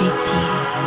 Свети.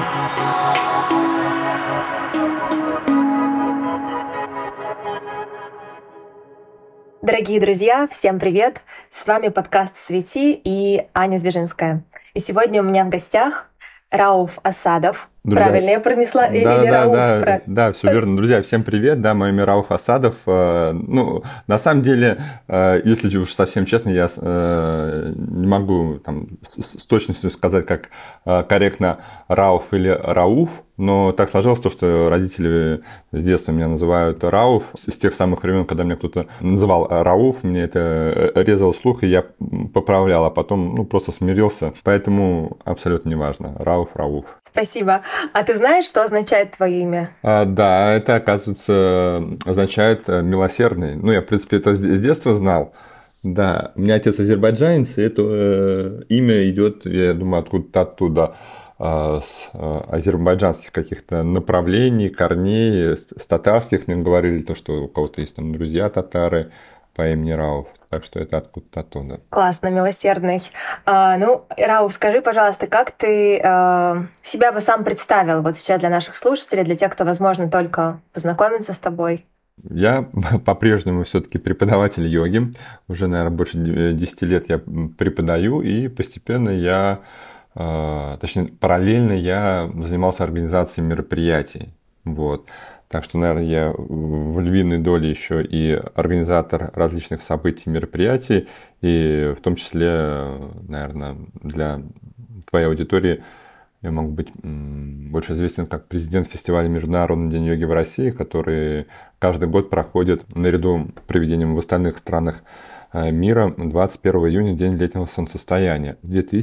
Дорогие друзья, всем привет! С вами подкаст «Свети» и Аня Звежинская. И сегодня у меня в гостях Рауф Асадов. Друзья, Правильно я пронесла? Или Рауф? да, все верно. Друзья, всем привет, да, мое имя Рауф Асадов. Ну, на самом деле, если уж совсем честно, я не могу там с точностью сказать, как корректно Рауф или Рауф, но так сложилось то, что родители с детства меня называют Рауф. С тех самых времен, когда меня кто-то называл Рауф, мне это резало слух, и я поправлял, а потом просто смирился. Поэтому абсолютно неважно. Рауф. Спасибо. А ты знаешь, что означает твое имя? Да, это, оказывается, означает милосердный. Ну, я, в принципе, это с детства знал. Да, у меня отец азербайджанец, и это имя идет, я думаю, откуда-то оттуда, с азербайджанских каких-то направлений, корней, с татарских. Мне говорили то, что у кого-то есть там друзья татары по имени Рауф. Так что это откуда-то оттуда. Классно, милосердный. Рауф, скажи, пожалуйста, как ты себя бы сам представил вот сейчас для наших слушателей, для тех, кто, возможно, только познакомится с тобой? Я по-прежнему все-таки преподаватель йоги. Уже, наверное, больше 10 лет я преподаю, и постепенно параллельно я занимался организацией мероприятий. Вот. Так что, наверное, я в львиной доле еще и организатор различных событий, мероприятий, и в том числе, наверное, для твоей аудитории я могу быть больше известен как президент фестиваля Международный день йоги в России, который каждый год проходит наряду с проведением в остальных странах мира 21 июня, день летнего солнцестояния.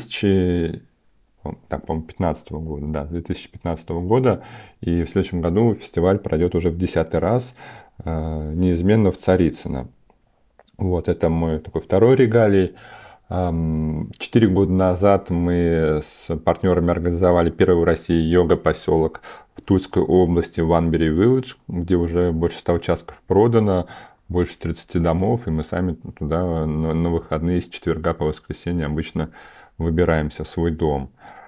2015 года, да, 2015 года, и в следующем году фестиваль пройдет уже в 10-й раз, неизменно в Царицыно. Вот, это мой такой второй регалий. 4 года назад мы с партнерами организовали первый в России йога-поселок в Тульской области, в Ванбери Village, где уже больше 100 участков продано, больше 30 домов, и мы сами туда на выходные с четверга по воскресенье обычно выбираемся в свой дом.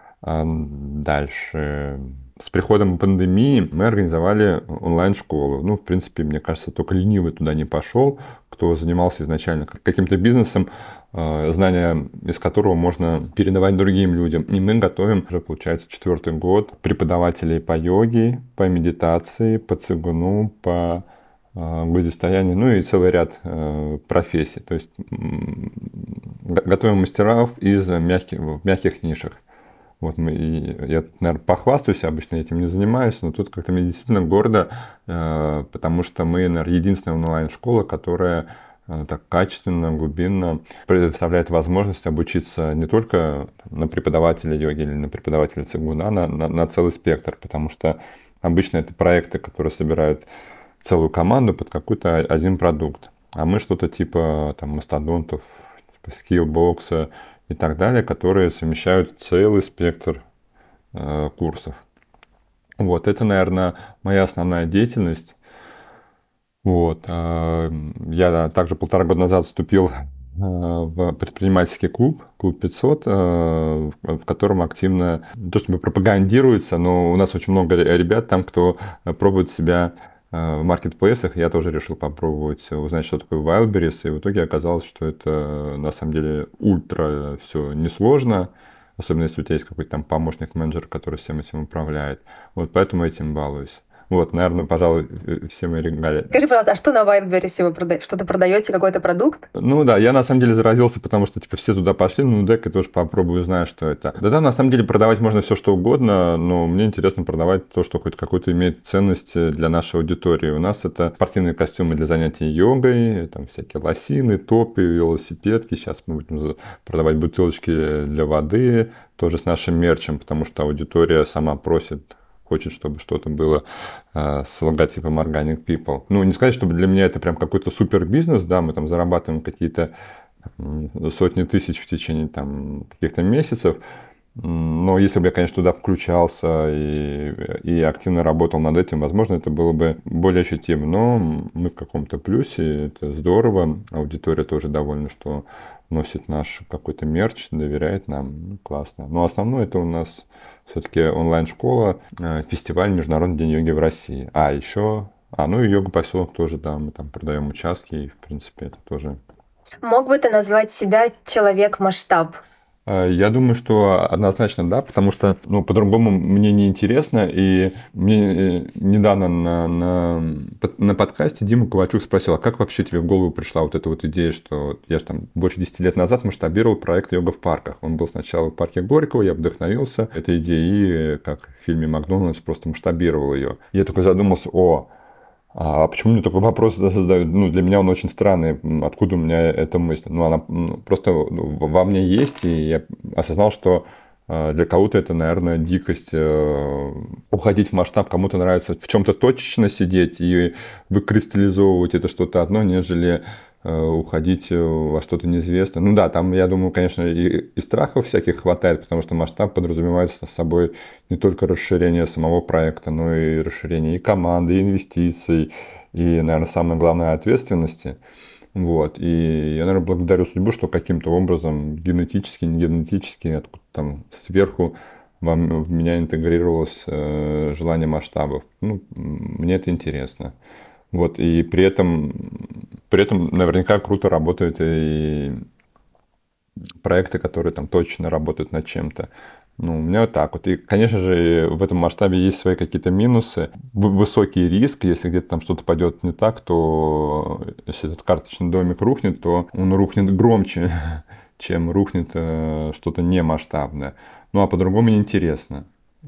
Дальше. С приходом пандемии мы организовали онлайн-школу. Ну, в принципе, мне кажется, только ленивый туда не пошел, кто занимался изначально каким-то бизнесом, знания из которого можно передавать другим людям. И мы готовим уже, получается, 4-й год преподавателей по йоге, по медитации, по цигуну, по благосостоянию, ну и целый ряд профессий. То есть готовим мастеров из мягких нишах. Вот я, наверное, похвастаюсь, обычно этим не занимаюсь, но тут как-то мне действительно гордо, потому что мы, наверное, единственная онлайн-школа, которая так качественно, глубинно предоставляет возможность обучиться не только на преподавателя йоги или на преподавателя цигуна, на целый спектр, потому что обычно это проекты, которые собирают целую команду под какой-то один продукт. А мы что-то типа там мастодонтов, типа скиллбокса и так далее, которые совмещают целый спектр курсов. Вот, это, наверное, моя основная деятельность. Вот. Я также 1,5 года назад вступил в предпринимательский клуб 500, в котором активно, не то чтобы пропагандируется, но у нас очень много ребят там, кто пробует себя в маркетплейсах. Я тоже решил попробовать узнать, что такое Wildberries, и в итоге оказалось, что это на самом деле ультра все несложно, особенно если у тебя есть какой-то там помощник-менеджер, который всем этим управляет. Вот поэтому этим балуюсь. Вот, наверное, пожалуй, все мои регалии. Скажи, пожалуйста, а что на Wildberries вы продаете? Что-то продаете, какой-то продукт? Ну да, я на самом деле заразился, потому что все туда пошли, дай я тоже попробую, знаю, что это. Да, там на самом деле продавать можно все что угодно, но мне интересно продавать то, что хоть какую-то имеет ценность для нашей аудитории. У нас это спортивные костюмы для занятий йогой, там всякие лосины, топы, велосипедки. Сейчас мы будем продавать бутылочки для воды, тоже с нашим мерчем, потому что аудитория сама просит, хочет, чтобы что-то было с логотипом Organic People. Ну, не сказать, чтобы для меня это прям какой-то супер бизнес, да, мы там зарабатываем какие-то сотни тысяч в течение там каких-то месяцев, но если бы я, конечно, туда включался и активно работал над этим, возможно, это было бы более ощутимо, но мы в каком-то плюсе, это здорово, аудитория тоже довольна, что носит наш какой-то мерч, доверяет нам, классно. Но основное это у нас все-таки онлайн-школа, фестиваль Международный день йоги в России. А еще, ну и йога-поселок тоже, да, мы там продаем участки, и, в принципе, это тоже. Мог бы ты назвать себя человек-масштаб? Я думаю, что однозначно да, потому что по-другому мне не интересно. И мне недавно на подкасте Дима Ковальчук спросил, а как вообще тебе в голову пришла вот эта вот идея, что я же там больше 10 лет назад масштабировал проект «Йога в парках». Он был сначала в парке Горького, я вдохновился этой идеей, и как в фильме «Макдональдс» просто масштабировал ее. Я такой задумался, а почему мне такой вопрос задают? Для меня он очень странный. Откуда у меня эта мысль? Она просто во мне есть, и я осознал, что для кого-то это, наверное, дикость уходить в масштаб, кому-то нравится в чем-то точечно сидеть и выкристаллизовывать это что-то одно, нежели уходить во что-то неизвестное. Да, там, я думаю, конечно, и страхов всяких хватает, потому что масштаб подразумевает с собой не только расширение самого проекта, но и расширение и команды, и инвестиций, и, наверное, самое главное, ответственности. И я, наверное, благодарю судьбу, что каким-то образом генетически, не генетически, откуда там сверху в меня интегрировалось желание масштабов. Мне это интересно. И при этом наверняка круто работают и проекты, которые там точно работают над чем-то. У меня вот так вот. И, конечно же, в этом масштабе есть свои какие-то минусы. Высокий риск, если где-то там что-то пойдет не так, то если этот карточный домик рухнет, то он рухнет громче, чем рухнет что-то немасштабное. А по-другому неинтересно.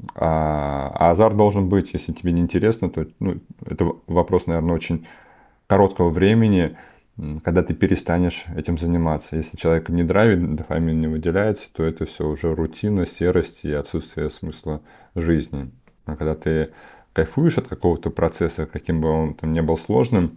А азарт должен быть, если тебе не интересно, то это вопрос, наверное, очень короткого времени, когда ты перестанешь этим заниматься. Если человек не драйвит, дофамин не выделяется, то это все уже рутина, серость и отсутствие смысла жизни. А когда ты кайфуешь от какого-то процесса, каким бы он там ни был сложным,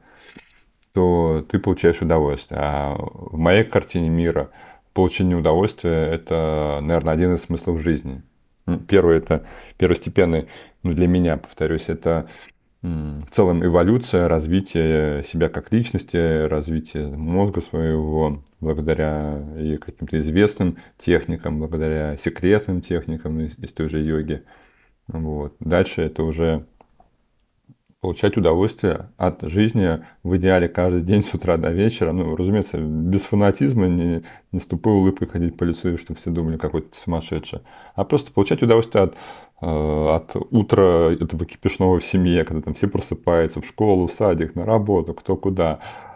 то ты получаешь удовольствие. А в моей картине мира получение удовольствия – это, наверное, один из смыслов жизни. Первый – это первостепенный, для меня, повторюсь, это в целом эволюция, развитие себя как личности, развитие мозга своего благодаря и каким-то известным техникам, благодаря секретным техникам из той же йоги. Дальше это уже получать удовольствие от жизни в идеале каждый день с утра до вечера. Разумеется, без фанатизма, не с тупой улыбкой ходить по лицу, чтобы все думали, какой ты сумасшедший. А просто получать удовольствие от утра этого кипишного в семье, когда там все просыпаются в школу, в садик, на работу, кто куда,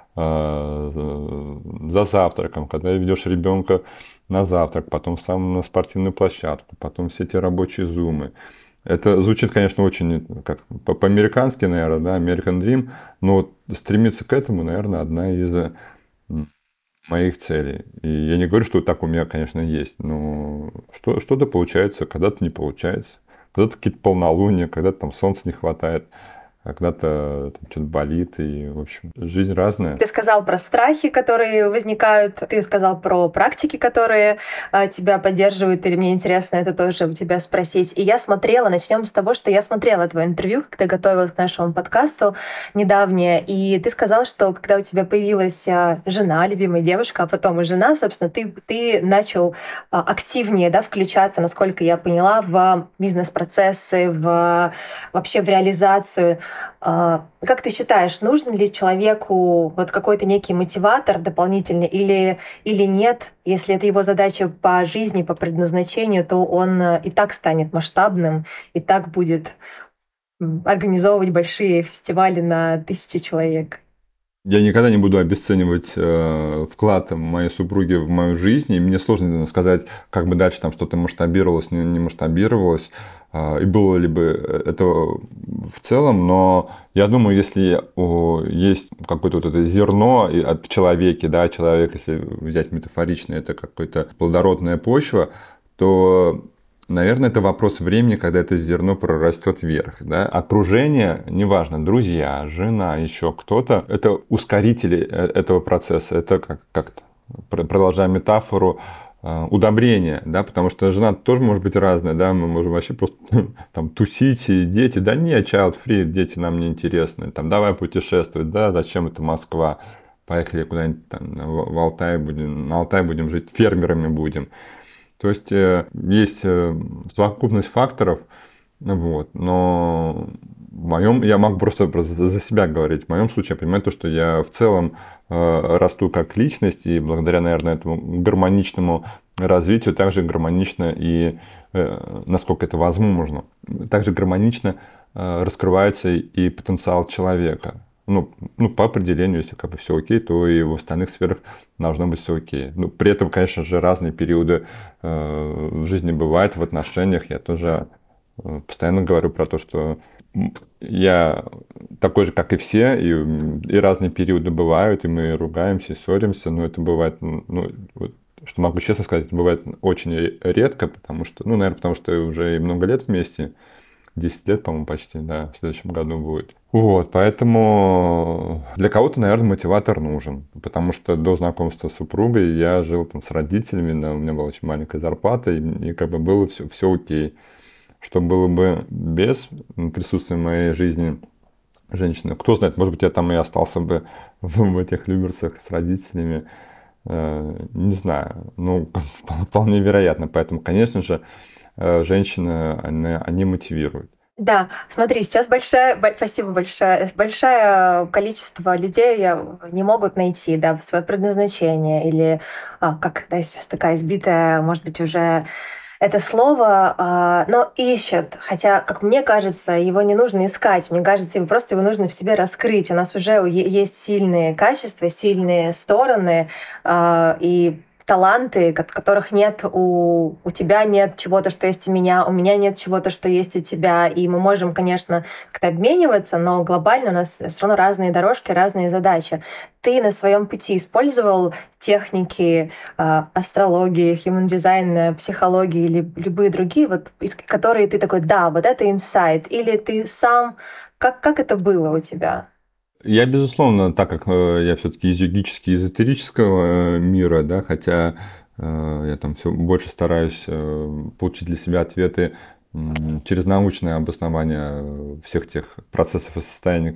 за завтраком, когда ведешь ребенка на завтрак, потом сам на спортивную площадку, потом все эти рабочие зумы. Это звучит, конечно, очень как по-американски, наверное, да, American Dream, но стремиться к этому, наверное, одна из моих целей. И я не говорю, что так у меня, конечно, есть, но что-то получается, когда-то не получается. Когда-то какие-то полнолуния, когда-то там солнца не хватает, а когда-то там что-то болит, и, в общем, жизнь разная. Ты сказал про страхи, которые возникают, ты сказал про практики, которые тебя поддерживают, или мне интересно это тоже у тебя спросить. И я смотрела, начнем с того, что я смотрела твое интервью, когда готовилась к нашему подкасту недавнее, и ты сказал, что когда у тебя появилась жена, любимая девушка, а потом и жена, собственно, ты начал активнее, да, включаться, насколько я поняла, в бизнес-процессы, вообще в реализацию. Как ты считаешь, нужен ли человеку вот какой-то некий мотиватор дополнительный или нет? Если это его задача по жизни, по предназначению, то он и так станет масштабным, и так будет организовывать большие фестивали на 1000 человек. Я никогда не буду обесценивать вклад моей супруги в мою жизнь, и мне сложно сказать, как бы дальше там что-то масштабировалось, не масштабировалось, и было ли бы это в целом, но я думаю, если есть какое-то вот это зерно в человеке, да, человек, если взять метафорично, это какая-то плодородная почва, то, наверное, это вопрос времени, когда это зерно прорастет вверх. Да? Окружение, неважно, друзья, жена, еще кто-то, это ускорители этого процесса. Это как-то, продолжая метафору, удобрение, да, потому что жена тоже может быть разная, да, мы можем вообще просто там тусить, и дети, да не, child-free, дети нам не интересны, там давай путешествовать, да, зачем это Москва, поехали куда-нибудь там в Алтай будем, на Алтай будем жить, фермерами будем. То есть есть совокупность факторов, вот, но я могу просто за себя говорить. В моем случае я понимаю то, что я в целом расту как личность, и благодаря, наверное, этому гармоничному развитию также гармонично и, насколько это возможно, также гармонично раскрывается и потенциал человека. Ну, по определению, если как бы все окей, то и в остальных сферах должно быть все окей. Ну, при этом, конечно же, разные периоды в жизни бывают, в отношениях. Я тоже постоянно говорю про то, что я такой же, как и все, и разные периоды бывают, и мы ругаемся, и ссоримся, но это бывает, ну, вот, что могу честно сказать, это бывает очень редко, потому что, ну, наверное, потому что уже и много лет вместе, 10 лет, по-моему, почти, да, в следующем году будет. Вот, поэтому для кого-то, наверное, мотиватор нужен, потому что до знакомства с супругой я жил там с родителями, да, у меня была очень маленькая зарплата, и как бы было все окей. Что было бы без присутствия в моей жизни женщины. Кто знает, может быть, я там и остался бы в этих Люберцах с родителями. Не знаю. Ну, вполне вероятно. Поэтому, конечно же, женщины, они мотивируют. Да, смотри, сейчас спасибо большое количество людей не могут найти, да, свое предназначение или, как, да, сейчас такая избитая, может быть, уже это слово, но ищет. Хотя, как мне кажется, его не нужно искать. Мне кажется, его нужно в себе раскрыть. У нас уже есть сильные качества, сильные стороны, и таланты, которых нет у тебя, нет чего-то, что есть у меня нет чего-то, что есть у тебя. И мы можем, конечно, как-то обмениваться, но глобально у нас все равно разные дорожки, разные задачи. Ты на своем пути использовал техники астрологии, human design, психологии или любые другие, вот, которые ты такой, да, вот это инсайт, или ты сам, как это было у тебя? Я, безусловно, так как я все-таки из эзотерического мира, да, хотя я там все больше стараюсь получить для себя ответы через научное обоснование всех тех процессов и состояний,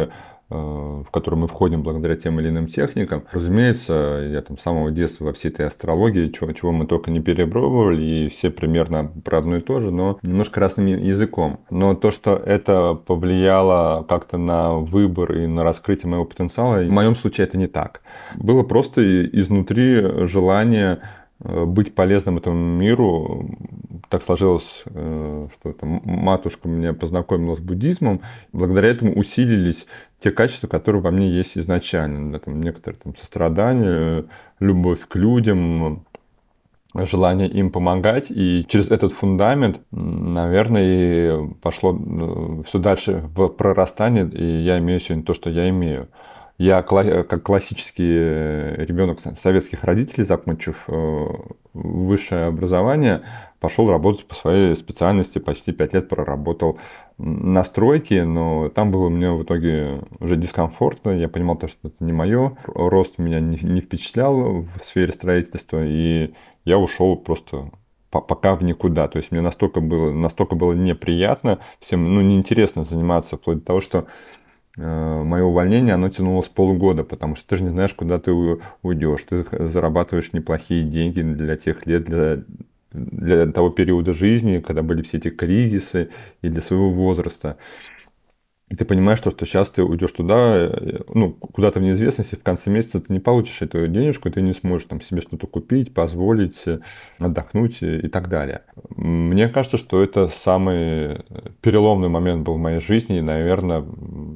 в которые мы входим благодаря тем или иным техникам. Разумеется, я там с самого детства во всей этой астрологии, чего мы только не перепробовали, и все примерно про одно и то же, но немножко разным языком. Но то, что это повлияло как-то на выбор и на раскрытие моего потенциала, в моем случае это не так. Было просто изнутри желание быть полезным этому миру. Так сложилось, что там матушка меня познакомила с буддизмом. Благодаря этому усилились те качества, которые во мне есть изначально. Да, там некоторые там, сострадание, любовь к людям, желание им помогать. И через этот фундамент, наверное, и пошло все дальше в прорастание. И я имею сегодня то, что я имею. Я как классический ребенок советских родителей, закончив высшее образование, пошел работать по своей специальности, почти 5 лет проработал на стройке, но там было мне в итоге уже дискомфортно, я понимал, что это не мое, рост меня не впечатлял в сфере строительства, и я ушел просто пока в никуда. То есть мне настолько было неприятно, всем неинтересно заниматься, вплоть до того, что мое увольнение, оно тянулось полгода, потому что ты же не знаешь, куда ты уйдешь. Ты зарабатываешь неплохие деньги для тех лет, для того периода жизни, когда были все эти кризисы, и для своего возраста. И ты понимаешь, что сейчас ты уйдешь туда, куда-то в неизвестности, в конце месяца ты не получишь эту денежку, и ты не сможешь там себе что-то купить, позволить, отдохнуть и так далее. Мне кажется, что это самый переломный момент был в моей жизни, и, наверное,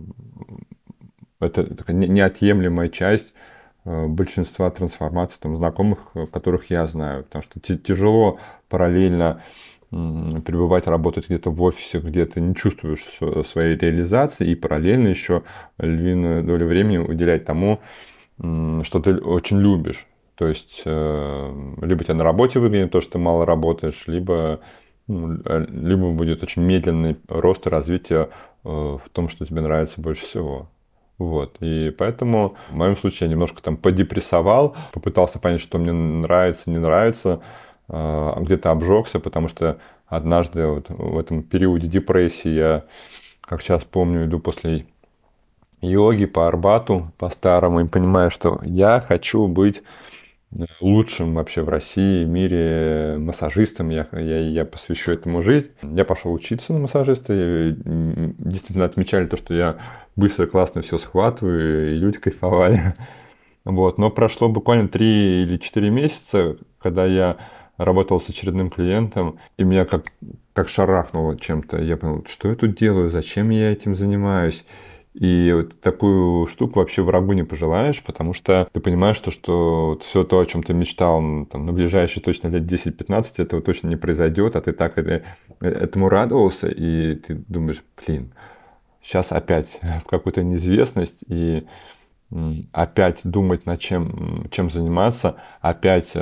это такая неотъемлемая часть большинства трансформаций там, знакомых, которых я знаю. Потому что тяжело параллельно пребывать, работать где-то в офисе, где ты не чувствуешь своей реализации, и параллельно еще львиную долю времени уделять тому, что ты очень любишь. То есть, либо тебя на работе выгонят то, что ты мало работаешь, либо будет очень медленный рост и развитие в том, что тебе нравится больше всего. Вот. И поэтому в моем случае я немножко там подепрессовал, попытался понять, что мне нравится, не нравится, где-то обжегся, потому что однажды вот в этом периоде депрессии я, как сейчас помню, иду после йоги по Арбату, по-старому, и понимаю, что я хочу быть лучшим вообще в России, в мире массажистом. Я посвящу этому жизнь. Я пошел учиться на массажиста. И действительно отмечали то, что я быстро, классно все схватываю, и люди кайфовали. Вот. Но прошло буквально 3 или 4 месяца, когда я работал с очередным клиентом, и меня как шарахнуло чем-то. Я понял, что я тут делаю, зачем я этим занимаюсь. И вот такую штуку вообще врагу не пожелаешь, потому что ты понимаешь, что вот все то, о чем ты мечтал там, на ближайшие точно лет 10-15, этого точно не произойдет, а ты так этому радовался, и ты думаешь, блин, сейчас опять в какую-то неизвестность, и опять думать над чем заниматься, опять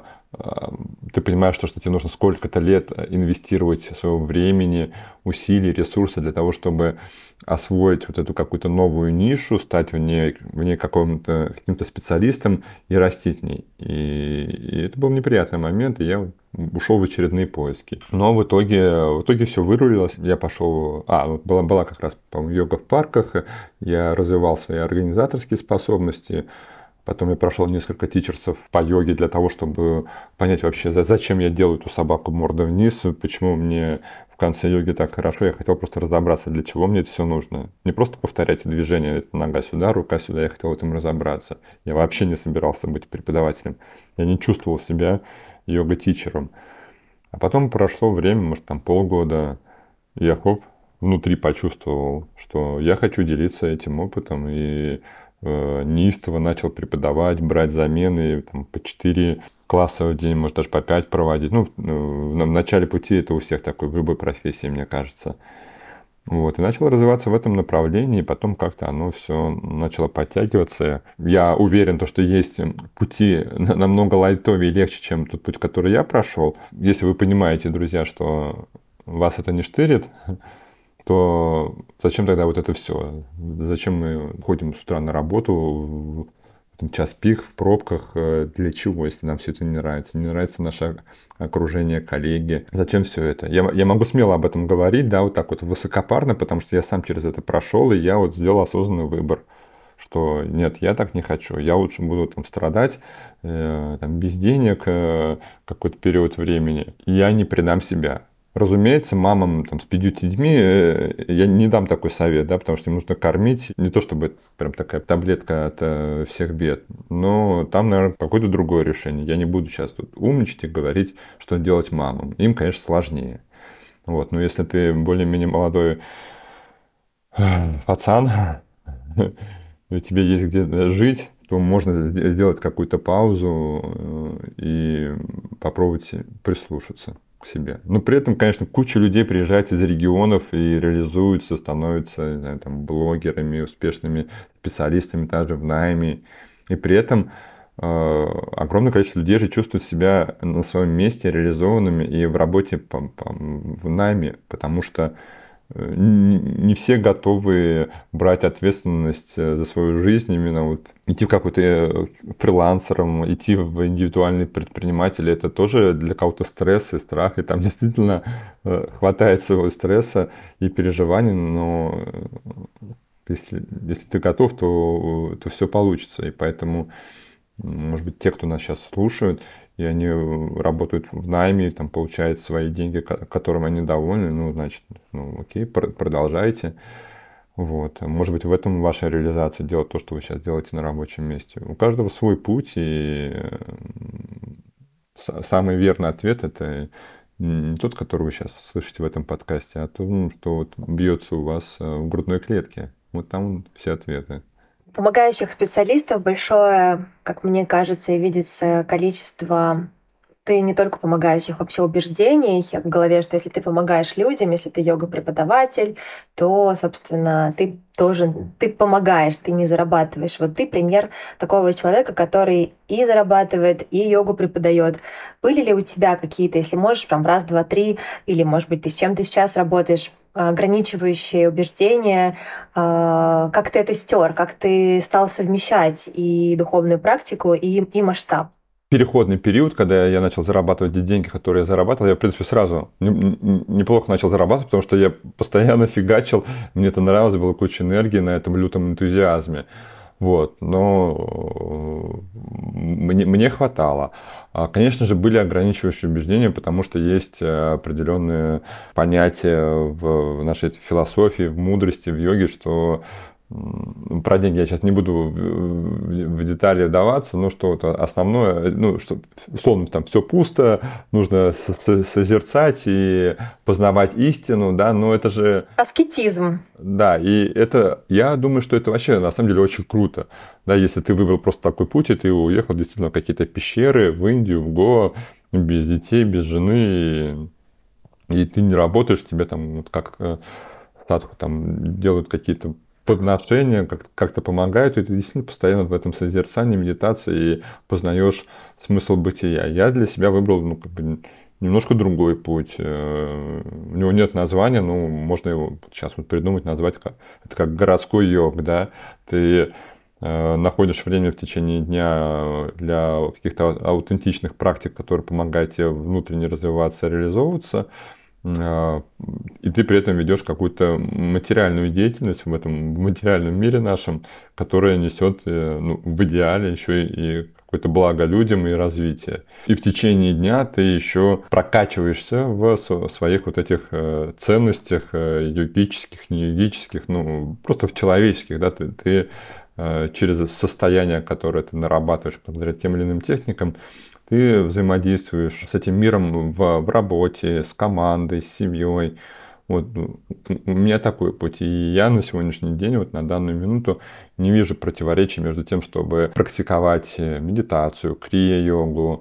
ты понимаешь, что тебе нужно сколько-то лет инвестировать своего времени, усилий, ресурсов для того, чтобы освоить вот эту какую-то новую нишу, стать в ней каким-то специалистом и расти в ней. И это был неприятный момент, и я ушел в очередные поиски. Но в итоге все вырулилось. Я пошел... была как раз, по-моему, йога в парках. Я развивал свои организаторские способности. Потом я прошел несколько тичерсов по йоге для того, чтобы понять вообще, зачем я делаю эту собаку мордой вниз, почему мне в конце йоги так хорошо. Я хотел просто разобраться, для чего мне это все нужно. Не просто повторять движения, нога сюда, рука сюда, я хотел в этом разобраться. Я вообще не собирался быть преподавателем. Я не чувствовал себя йога-тичером. А потом прошло время, может там полгода, и я внутри почувствовал, что я хочу делиться этим опытом, и неистово начал преподавать, брать замены там, по 4 класса в день, может даже по 5 проводить. В начале пути это у всех такое, в любой профессии, мне кажется. Вот, и начал развиваться в этом направлении, и потом как-то оно все начало подтягиваться. Я уверен, что есть пути намного лайтовее и легче, чем тот путь, который я прошел. Если вы понимаете, друзья, что вас это не штырит, то зачем тогда вот это все? Зачем мы ходим с утра на работу, в час пик, в пробках? Для чего, если нам все это не нравится? Не нравится наше окружение, коллеги. Зачем все это? Я могу смело об этом говорить, да, вот так вот высокопарно, потому что я сам через это прошел, и я вот сделал осознанный выбор, что нет, я так не хочу, я лучше буду там страдать без денег какой-то период времени, и я не предам себя. Разумеется, мамам с 5 детьми я не дам такой совет, да, потому что им нужно кормить. Не то чтобы прям такая таблетка от всех бед, но там, наверное, какое-то другое решение. Я не буду сейчас тут умничать и говорить, что делать мамам. Им, конечно, сложнее. Вот. Но если ты более-менее молодой пацан, и тебе есть где жить, то можно сделать какую-то паузу и попробовать прислушаться к себе. Но при этом, конечно, куча людей приезжает из регионов и реализуются, становятся, не знаю, блогерами, успешными специалистами, также в найме. И при этом огромное количество людей же чувствует себя на своем месте реализованными и в работе в найме, потому что не все готовы брать ответственность за свою жизнь, именно вот идти в какой-то фрилансером, идти в индивидуальный предприниматель, это тоже для кого-то стресс и страх, и там действительно хватает своего стресса и переживаний, но если ты готов, то все получится, и поэтому, может быть, те, кто нас сейчас слушают, и они работают в найме, получают свои деньги, которым они довольны, значит, окей, продолжайте. Вот. Может быть, в этом ваша реализация, делать то, что вы сейчас делаете на рабочем месте. У каждого свой путь, и самый верный ответ – это не тот, который вы сейчас слышите в этом подкасте, а то, что вот бьется у вас в грудной клетке. Вот там все ответы. Помогающих специалистов большое, как мне кажется, и видится количество. Ты не только помогающих вообще убеждений в голове, что если ты помогаешь людям, если ты йога-преподаватель, то, собственно, ты помогаешь, ты не зарабатываешь. Вот ты пример такого человека, который и зарабатывает, и йогу преподает. Были ли у тебя какие-то, если можешь, прям раз, два, три, или, может быть, ты с чем ты сейчас работаешь, ограничивающие убеждения, как ты это стер, как ты стал совмещать и духовную практику, и масштаб? Переходный период, когда я начал зарабатывать те деньги, которые я зарабатывал, я, в принципе, сразу неплохо начал зарабатывать, потому что я постоянно фигачил, мне это нравилось, было куча энергии на этом лютом энтузиазме. Вот, но мне хватало. Конечно же, были ограничивающие убеждения, потому что есть определенные понятия в нашей философии, в мудрости, в йоге, что про деньги я сейчас не буду в детали вдаваться, но что это основное, ну, что условно там все пусто, нужно созерцать и познавать истину, да, но это же... Аскетизм. Да, и это, я думаю, что это вообще на самом деле очень круто, да, если ты выбрал просто такой путь, и ты уехал действительно в какие-то пещеры, в Индию, в Гоа, без детей, без жены, и ты не работаешь, тебе там, вот как садху там делают какие-то подношения, как-то помогают, и ты действительно постоянно в этом созерцании, медитации и познаешь смысл бытия. Я для себя выбрал, ну, как бы немножко другой путь. У него нет названия, но можно его сейчас вот придумать, назвать, это как городской йог, да, ты находишь время в течение дня для каких-то аутентичных практик, которые помогают тебе внутренне развиваться, реализовываться, и ты при этом ведешь какую-то материальную деятельность в материальном мире нашем, которая несет, ну, в идеале еще и какое-то благо людям и развитие. И в течение дня ты еще прокачиваешься в своих вот этих ценностях йогических, не йогических, ну, просто в человеческих, да, ты через состояние, которое ты нарабатываешь благодаря тем или иным техникам, ты взаимодействуешь с этим миром в работе, с командой, с семьей. Вот у меня такой путь. И я на сегодняшний день, вот на данную минуту, не вижу противоречий между тем, чтобы практиковать медитацию, крия-йогу,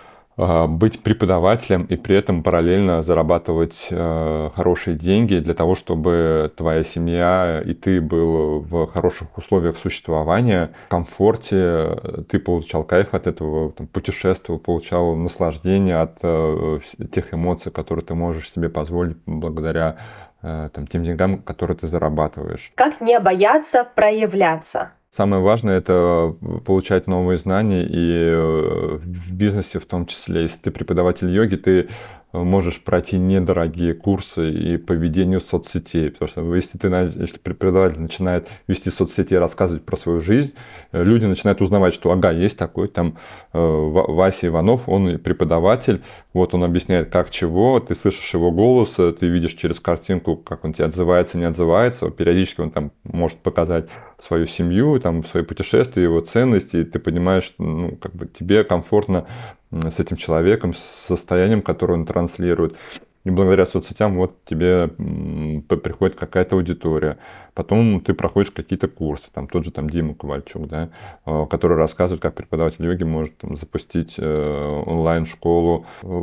быть преподавателем и при этом параллельно зарабатывать хорошие деньги для того, чтобы твоя семья и ты был в хороших условиях существования, в комфорте, ты получал кайф от этого, там, путешествовал, получал наслаждение от тех эмоций, которые ты можешь себе позволить благодаря там, тем деньгам, которые ты зарабатываешь. Как не бояться проявляться? Самое важное – это получать новые знания, и в бизнесе в том числе. Если ты преподаватель йоги, ты можешь пройти недорогие курсы и по ведению соцсетей. Потому что если преподаватель начинает вести соцсети и рассказывать про свою жизнь, люди начинают узнавать, что ага, есть такой там Вася Иванов, он преподаватель, вот он объясняет как чего, ты слышишь его голос, ты видишь через картинку, как он тебе отзывается, не отзывается, периодически он там может показать свою семью, там, свои путешествия, его ценности, и ты понимаешь, ну, как бы тебе комфортно с этим человеком, с состоянием, которое он транслирует. И благодаря соцсетям вот тебе приходит какая-то аудитория. Потом ты проходишь какие-то курсы, там тот же там Дима Ковальчук, да, который рассказывает, как преподаватель йоги может там, запустить онлайн-школу,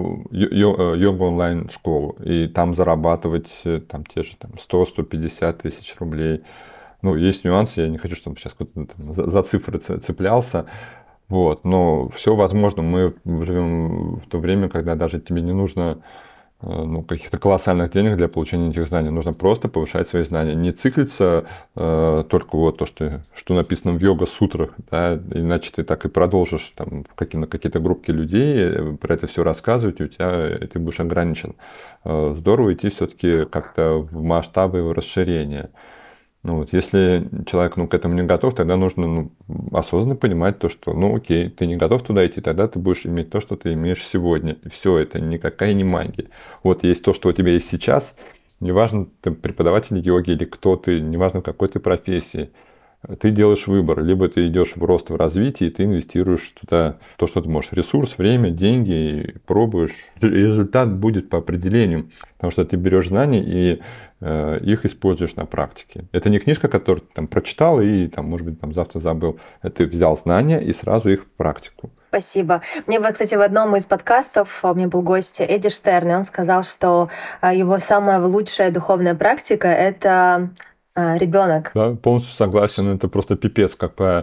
йога онлайн-школу, и там зарабатывать там, те же там, 100-150 тысяч рублей. Ну, есть нюансы, я не хочу, чтобы сейчас кто-то за цифры цеплялся. Вот, но все возможно. Мы живем в то время, когда даже тебе не нужно ну, каких-то колоссальных денег для получения этих знаний. Нужно просто повышать свои знания. Не циклиться только вот то, что написано в йога-сутрах, да, иначе ты так и продолжишь там, на какие-то группки людей про это все рассказывать, и у тебя ты будешь ограничен. Здорово идти все-таки как-то в масштабы и в расширение. Ну, вот, если человек к этому не готов, тогда нужно осознанно понимать то, что, окей, ты не готов туда идти, тогда ты будешь иметь то, что ты имеешь сегодня. И все, это никакая не магия. Вот есть то, что у тебя есть сейчас, неважно, ты преподаватель йоги или кто ты, неважно, в какой ты профессии. Ты делаешь выбор, либо ты идешь в рост, в развитие, и ты инвестируешь туда то, что ты можешь. Ресурс, время, деньги, и пробуешь. Результат будет по определению, потому что ты берешь знания и их используешь на практике. Это не книжка, которую ты там прочитал и, там, может быть, там, завтра забыл. Это ты взял знания и сразу их в практику. Спасибо. Мне, кстати, в одном из подкастов у меня был гость Эдди Штерн, и он сказал, что его самая лучшая духовная практика — это ребенок. Да, полностью согласен. Это просто пипец, какая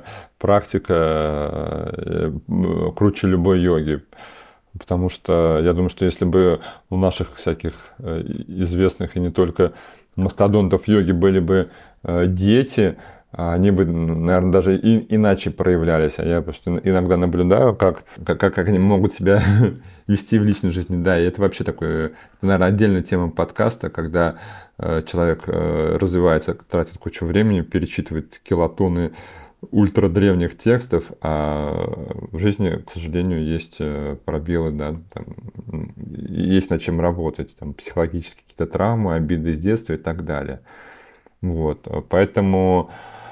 практика круче любой йоги. Потому что я думаю, что если бы у наших всяких известных и не только мастодонтов йоги были бы дети, они бы, наверное, даже иначе проявлялись. А я просто иногда наблюдаю, как они могут себя вести в личной жизни. Да, и это вообще такое, это, наверное, отдельная тема подкаста, когда человек развивается, тратит кучу времени, перечитывает килотонны ультрадревних текстов, а в жизни, к сожалению, есть пробелы, да, там, есть над чем работать, там, психологические какие-то травмы, обиды из детства и так далее. Вот, поэтому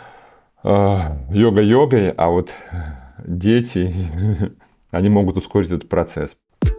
йога йогой, а вот дети, они могут ускорить этот процесс.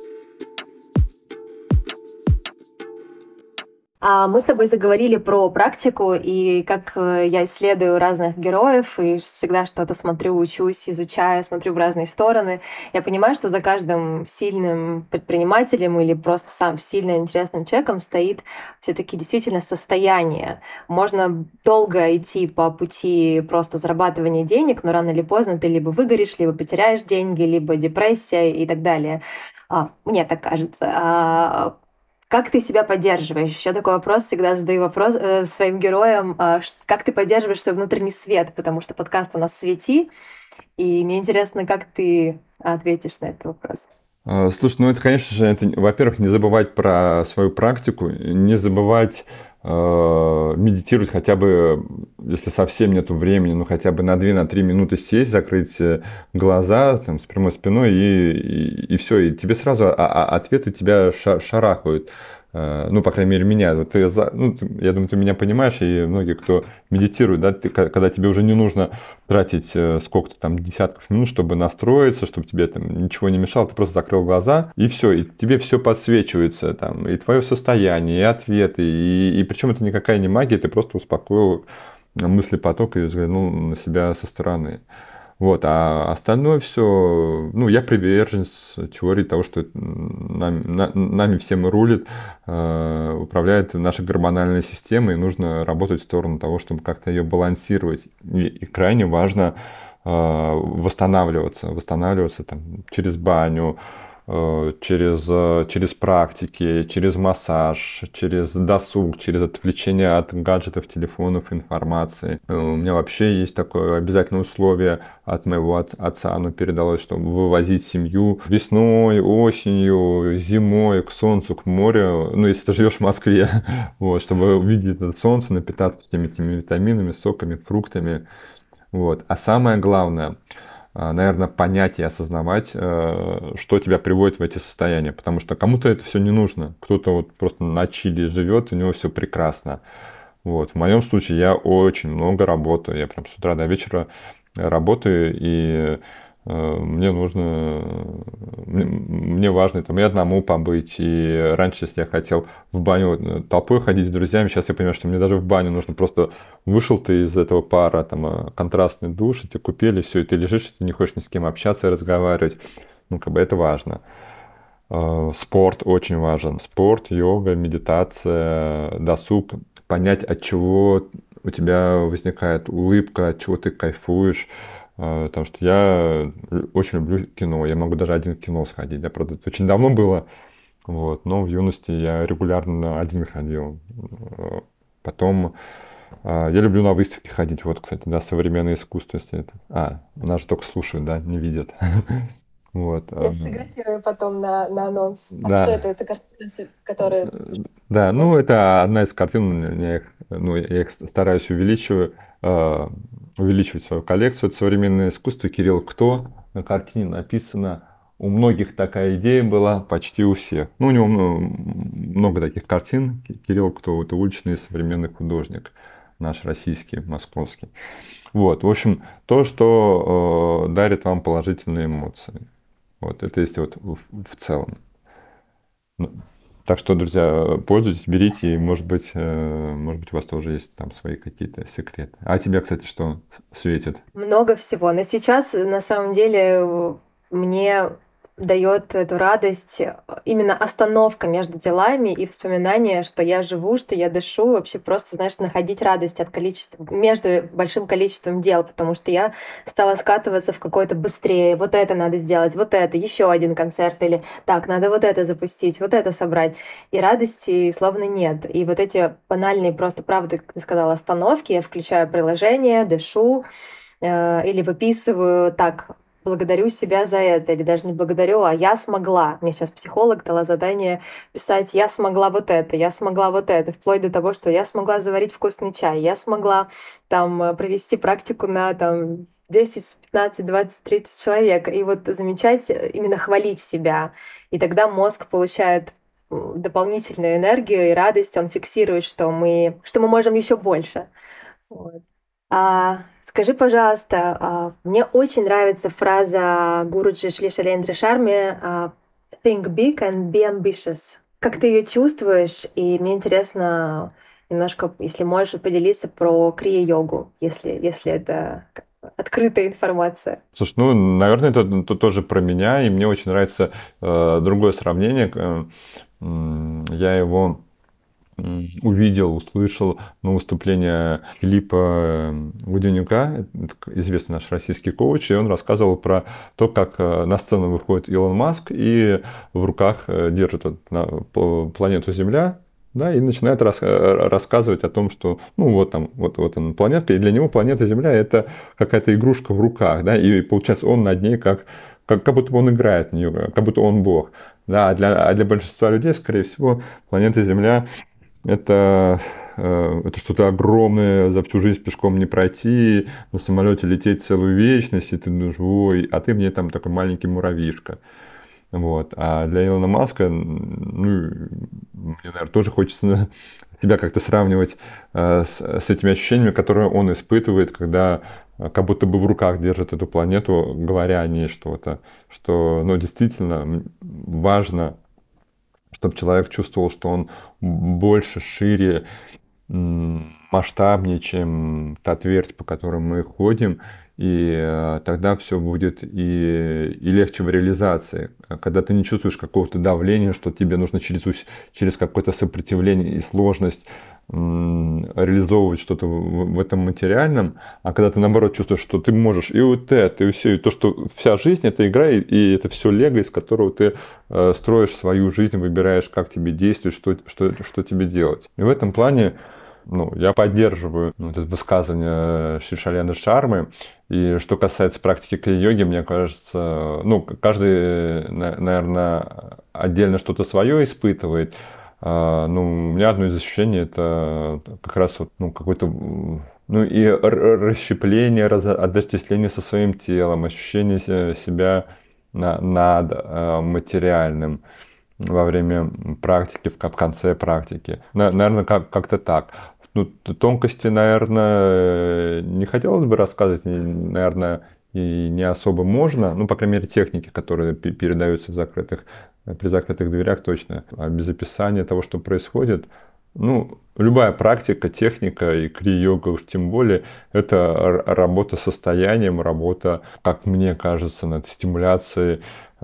Мы с тобой заговорили про практику, и как я исследую разных героев, и всегда что-то смотрю, учусь, изучаю, смотрю в разные стороны. Я понимаю, что за каждым сильным предпринимателем или просто сам сильно интересным человеком стоит все-таки действительно состояние. Можно долго идти по пути просто зарабатывания денег, но рано или поздно ты либо выгоришь, либо потеряешь деньги, либо депрессия и так далее. Мне так кажется. Как ты себя поддерживаешь? Еще такой вопрос всегда задаю своим героям. Как ты поддерживаешь свой внутренний свет? Потому что подкаст у нас «Свети», и мне интересно, как ты ответишь на этот вопрос. Слушай, ну это, конечно же, во-первых, не забывать про свою практику, не забывать медитировать хотя бы, если совсем нету времени, ну хотя бы на 2-3 минуты сесть, закрыть глаза там, с прямой спиной и все. И тебе сразу ответы тебя шарахают. Ну, по крайней мере, меня. Вот я думаю, ты меня понимаешь, и многие, кто медитирует, да, когда тебе уже не нужно тратить сколько-то там десятков минут, чтобы настроиться, чтобы тебе там ничего не мешало, ты просто закрыл глаза, и все, и тебе все подсвечивается, там, и твое состояние, и ответы, и причем это никакая не магия, ты просто успокоил мыслепоток и взглянул на себя со стороны. Вот, а остальное все, ну, я приверженец теории того, что нами всем рулит, управляет наша гормональная система, и нужно работать в сторону того, чтобы как-то ее балансировать. И крайне важно восстанавливаться там, через баню, через практики, через массаж, через досуг, через отвлечение от гаджетов, телефонов, информации. У меня вообще есть такое обязательное условие от моего отца, оно передалось, чтобы вывозить семью весной, осенью, зимой к солнцу, к морю, ну, если ты живешь в Москве, вот, чтобы увидеть это солнце, напитаться всеми этими витаминами, соками, фруктами. Вот. А самое главное, наверное, понять и осознавать, что тебя приводит в эти состояния. Потому что кому-то это все не нужно. Кто-то вот просто на чили живет, у него все прекрасно. Вот. В моем случае я очень много работаю. Я прям с утра до вечера работаю, и мне важно там и одному побыть, и раньше, если я хотел в баню толпой ходить с друзьями, сейчас я понимаю, что мне даже в баню нужно просто вышел ты из этого пара, там контрастный душ, и тебе купили, все, и ты лежишь, и ты не хочешь ни с кем общаться и разговаривать. Ну, как бы это важно. Спорт очень важен. Спорт, йога, медитация, досуг. Понять, от чего у тебя возникает улыбка, от чего ты кайфуешь. Потому что я очень люблю кино. Я могу даже один в кино сходить. Да, правда, это очень давно было. Вот, но в юности я регулярно один ходил. Потом я люблю на выставки ходить. Вот, кстати, да, современное искусство. Если это... нас же только слушают, да, не видят. Вот. Я сфотографирую потом на анонс. Да. Что это? Это картины, которые... Да, ну это одна из картин. Я их стараюсь увеличивать свою коллекцию. Это современное искусство. Кирилл Кто? На картине написано: у многих такая идея была, почти у всех. Ну, у него много таких картин. Кирилл Кто? Это уличный современный художник. Наш российский, московский. Вот, в общем, то, что дарит вам положительные эмоции. Вот, это есть вот в целом. Так что, друзья, пользуйтесь, берите, и, может быть, у вас тоже есть там свои какие-то секреты. А тебе, кстати, что светит? Много всего. Но сейчас, на самом деле, мне дает эту радость именно остановка между делами и вспоминание, что я живу, что я дышу, вообще просто, знаешь, находить радость от количества, между большим количеством дел, потому что я стала скатываться в какое-то быстрее, вот это надо сделать, вот это, еще один концерт, или так, надо вот это запустить, вот это собрать. И радости словно нет. И вот эти банальные просто, правда, как ты сказала, остановки, я включаю приложение, дышу, или выписываю так: благодарю себя за это, или даже не благодарю, а я смогла. Мне сейчас психолог дала задание писать: я смогла вот это, я смогла вот это, вплоть до того, что я смогла заварить вкусный чай, я смогла там провести практику на там 10, 15, 20, 30 человек. И вот замечать, именно хвалить себя. И тогда мозг получает дополнительную энергию и радость, он фиксирует, что мы можем еще больше. Вот. Скажи, пожалуйста, мне очень нравится фраза Гуруджи Шри Шайлендра Шарми «Think big and be ambitious». Как ты ее чувствуешь? И мне интересно немножко, если можешь поделиться про крия-йогу, если это открытая информация. Слушай, наверное, это тоже про меня, и мне очень нравится другое сравнение. Я его увидел, услышал на выступление Филиппа Гуденюка, известный наш российский коуч, и он рассказывал про то, как на сцену выходит Илон Маск и в руках держит планету Земля, да, и начинает рассказывать о том, что вот она планетка, и для него планета Земля это какая-то игрушка в руках, да, и получается он над ней как будто бы он играет в нее, как будто он бог. Да, а для большинства людей, скорее всего, планета Земля это что-то огромное, за всю жизнь пешком не пройти, на самолете лететь целую вечность, и ты думаешь, ой, а ты мне там такой маленький муравьишка. Вот. А для Илона Маска, мне, наверное, тоже хочется себя как-то сравнивать с этими ощущениями, которые он испытывает, когда как будто бы в руках держит эту планету, говоря о ней что-то, что действительно важно, чтобы человек чувствовал, что он больше, шире, масштабнее, чем та твердь, по которой мы ходим, и тогда все будет и легче в реализации. Когда ты не чувствуешь какого-то давления, что тебе нужно через какое-то сопротивление и сложность реализовывать что-то в этом материальном, а когда ты наоборот чувствуешь, что ты можешь и вот это, и все, и то, что вся жизнь это игра, и это все лего, из которого ты строишь свою жизнь, выбираешь, как тебе действовать, что тебе делать. И в этом плане я поддерживаю это высказывание Шри Шайлендры Шармы. И что касается практики крия-йоги, мне кажется, каждый, наверное, отдельно что-то свое испытывает. У меня одно из ощущений это как раз какое-то и расщепление, отождествление со своим телом, ощущение себя над материальным во время практики, в конце практики. Наверное, как-то так. Тонкости, наверное, не хотелось бы рассказывать, наверное, и не особо можно, по крайней мере, техники, которые передаются при закрытых дверях точно, а без описания того, что происходит. Любая практика, техника и крия-йога уж тем более, это работа с состоянием, работа, как мне кажется, над стимуляцией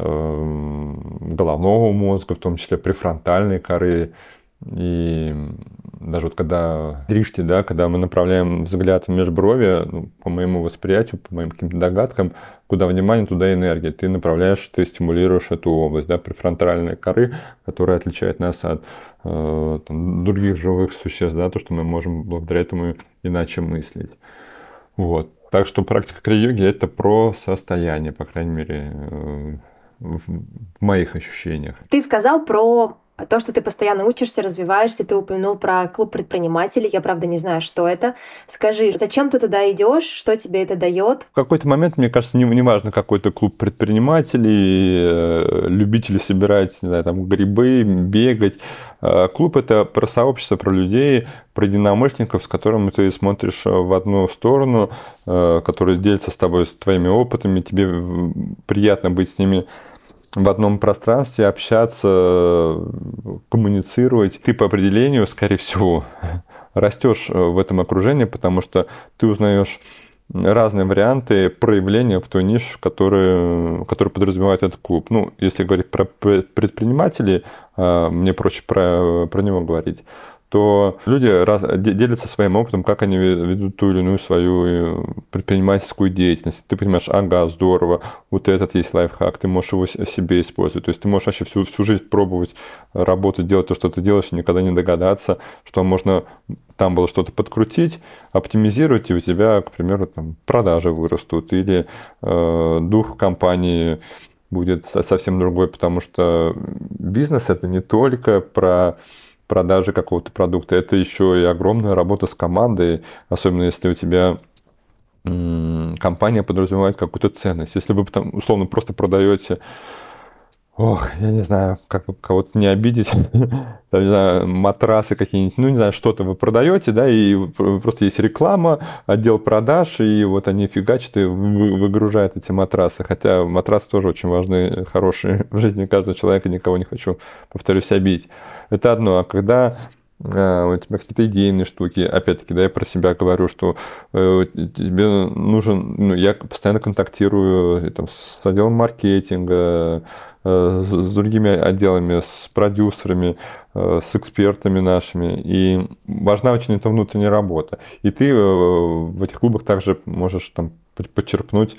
головного мозга, в том числе префронтальной коры. И даже когда дришти, да, когда мы направляем взгляд в межброви, по моему восприятию, по моим каким-то догадкам, куда внимание, туда энергия. Ты стимулируешь эту область, да, префронтальной коры, которая отличает нас от других живых существ, да, то, что мы можем благодаря этому иначе мыслить. Вот. Так что практика крия-йоги это про состояние, по крайней мере, в моих ощущениях. Ты сказал про то, что ты постоянно учишься, развиваешься, ты упомянул про клуб предпринимателей. Я, правда, не знаю, что это. Скажи, зачем ты туда идешь, что тебе это дает? В какой-то момент, мне кажется, неважно, какой-то клуб предпринимателей, любители собирать, не знаю, там, грибы, бегать. Клуб – это про сообщество, про людей, про единомышленников, с которыми ты смотришь в одну сторону, которые делятся с тобой твоими опытами, тебе приятно быть с ними в одном пространстве, общаться, коммуницировать. Ты по определению, скорее всего, растешь в этом окружении, потому что ты узнаешь разные варианты проявления в той нише, который подразумевает этот клуб. Если говорить про предпринимателей, мне проще про него говорить, то люди делятся своим опытом, как они ведут ту или иную свою предпринимательскую деятельность. Ты понимаешь, ага, здорово, вот этот есть лайфхак, ты можешь его себе использовать. То есть ты можешь вообще всю жизнь пробовать работать, делать то, что ты делаешь, и никогда не догадаться, что можно там было что-то подкрутить, оптимизировать, и у тебя, к примеру, там, продажи вырастут, или дух компании будет совсем другой, потому что бизнес – это не только про продажи какого-то продукта, это еще и огромная работа с командой, особенно если у тебя компания подразумевает какую-то ценность. Если вы там условно просто продаете, я не знаю, как кого-то не обидеть, там, не знаю, матрасы какие-нибудь, ну, не знаю, что-то вы продаете, да, и просто есть реклама, отдел продаж, и вот они фигачат и выгружают эти матрасы. Хотя матрасы тоже очень важны, хорошие в жизни каждого человека, никого не хочу, повторюсь, обидеть. Это одно. А когда у тебя какие-то идейные штуки, опять-таки, да, я про себя говорю, что тебе нужен, ну, я постоянно контактирую там, с отделом маркетинга, с другими отделами, с продюсерами, с экспертами нашими. И важна очень эта внутренняя работа. И ты в этих клубах также можешь там подчерпнуть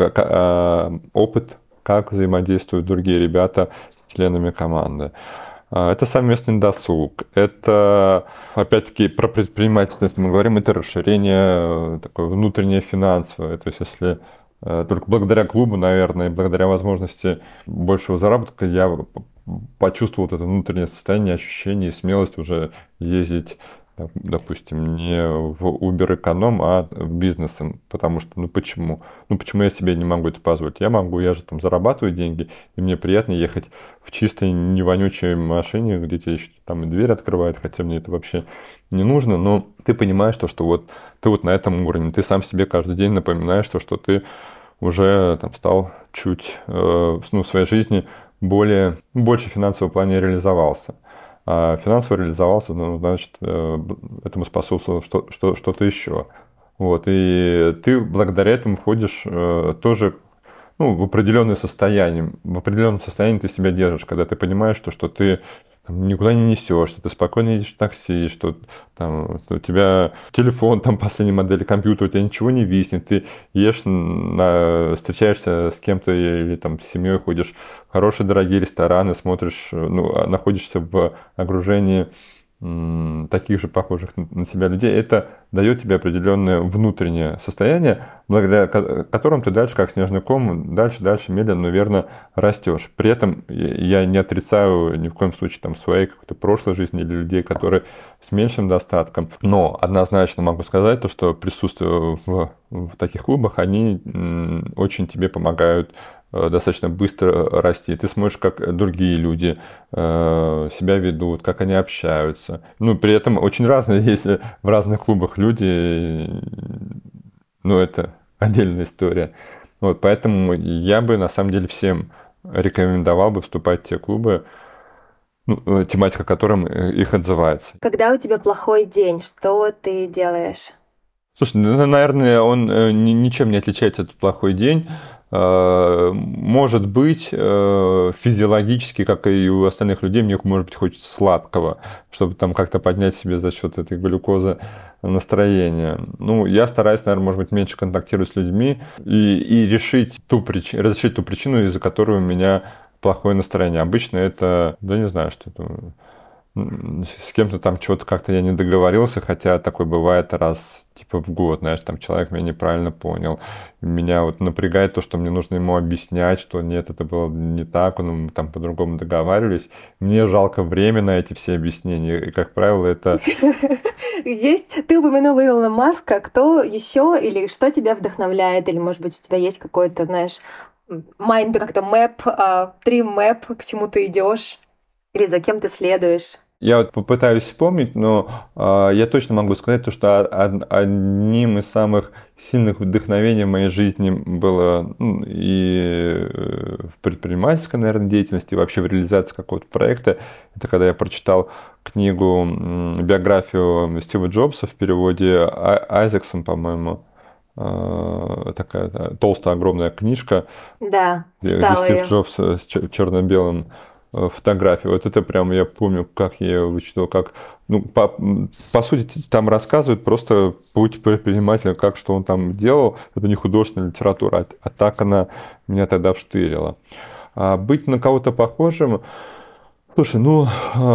опыт, как взаимодействуют другие ребята с членами команды. Это совместный досуг, это, опять-таки, про предпринимательство мы говорим, это расширение такое внутреннее финансовое. То есть, если только благодаря клубу, наверное, и благодаря возможности большего заработка я почувствовал вот это внутреннее состояние, ощущение и смелость уже ездить, допустим, не в Uber эконом, а бизнесом. Потому что, ну почему? Ну почему я себе не могу это позволить? Я могу, я же там зарабатываю деньги, и мне приятно ехать в чистой, не вонючей машине, где тебе еще там и дверь открывают, хотя мне это вообще не нужно. Но ты понимаешь, что вот ты вот на этом уровне, ты сам себе каждый день напоминаешь, что ты уже там стал чуть в своей жизни больше в финансовом плане реализовался. А финансово реализовался, ну, значит, этому способствовало что-то еще. Вот, и ты благодаря этому входишь тоже, ну, в определенное состояние. В определенном состоянии ты себя держишь, когда ты понимаешь, что ты там никуда не несешь, что ты спокойно едешь в такси, что там что у тебя телефон там последней модели компьютера, у тебя ничего не виснет, ты ешь, встречаешься с кем-то или там с семьей ходишь в хорошие дорогие рестораны, смотришь, ну, находишься в окружении таких же похожих на себя людей, это дает тебе определенное внутреннее состояние, благодаря которому ты дальше, как снежный ком, дальше, медленно, но верно растешь. При этом я не отрицаю ни в коем случае там своей какой-то прошлой жизни или людей, которые с меньшим достатком. Но однозначно могу сказать то, что присутствие в таких клубах, они очень тебе помогают достаточно быстро расти. Ты смотришь, как другие люди себя ведут, как они общаются. Ну, при этом очень разные есть в разных клубах люди. Ну, это отдельная история. Вот, поэтому я бы, на самом деле, всем рекомендовал бы вступать в те клубы, ну, тематика которым их отзывается. Когда у тебя плохой день, что ты делаешь? Слушай, наверное, он ничем не отличается от плохой день. Может быть, физиологически, как и у остальных людей, мне, может быть, хочется сладкого, чтобы там как-то поднять себе за счет этой глюкозы настроение. Ну, я стараюсь, наверное, может быть, меньше контактировать с людьми и разрешить ту причину, из-за которой у меня плохое настроение. Обычно это, да не знаю, что это... С кем-то там чего-то как-то я не договорился, хотя такое бывает раз типа в год, знаешь, там человек меня неправильно понял. Меня вот напрягает то, что мне нужно ему объяснять, что нет, это было не так, мы там по-другому договаривались. Мне жалко время на эти все объяснения, и, как правило, это... Есть, ты упомянул Илона Маска, кто еще или что тебя вдохновляет, или, может быть, у тебя есть какой-то, знаешь, майнд, как-то мэп, дрим мэп, к чему ты идешь, или за кем ты следуешь? Я вот попытаюсь вспомнить, но я точно могу сказать, что одним из самых сильных вдохновений в моей жизни было и в предпринимательской, наверное, деятельности, и вообще в реализации какого-то проекта. Это когда я прочитал книгу, биографию Стива Джобса в переводе Айзексом, по-моему. Такая толстая, огромная книжка. Да, где читала Стив ее. Джобс с черно-белым фотографии. Вот это прям я помню, как я ее вычитал, как, ну, по сути, там рассказывают просто путь предпринимателя, как что он там делал. Это не художественная литература, а так она меня тогда вштырила. А быть на кого-то похожим, слушай, ну,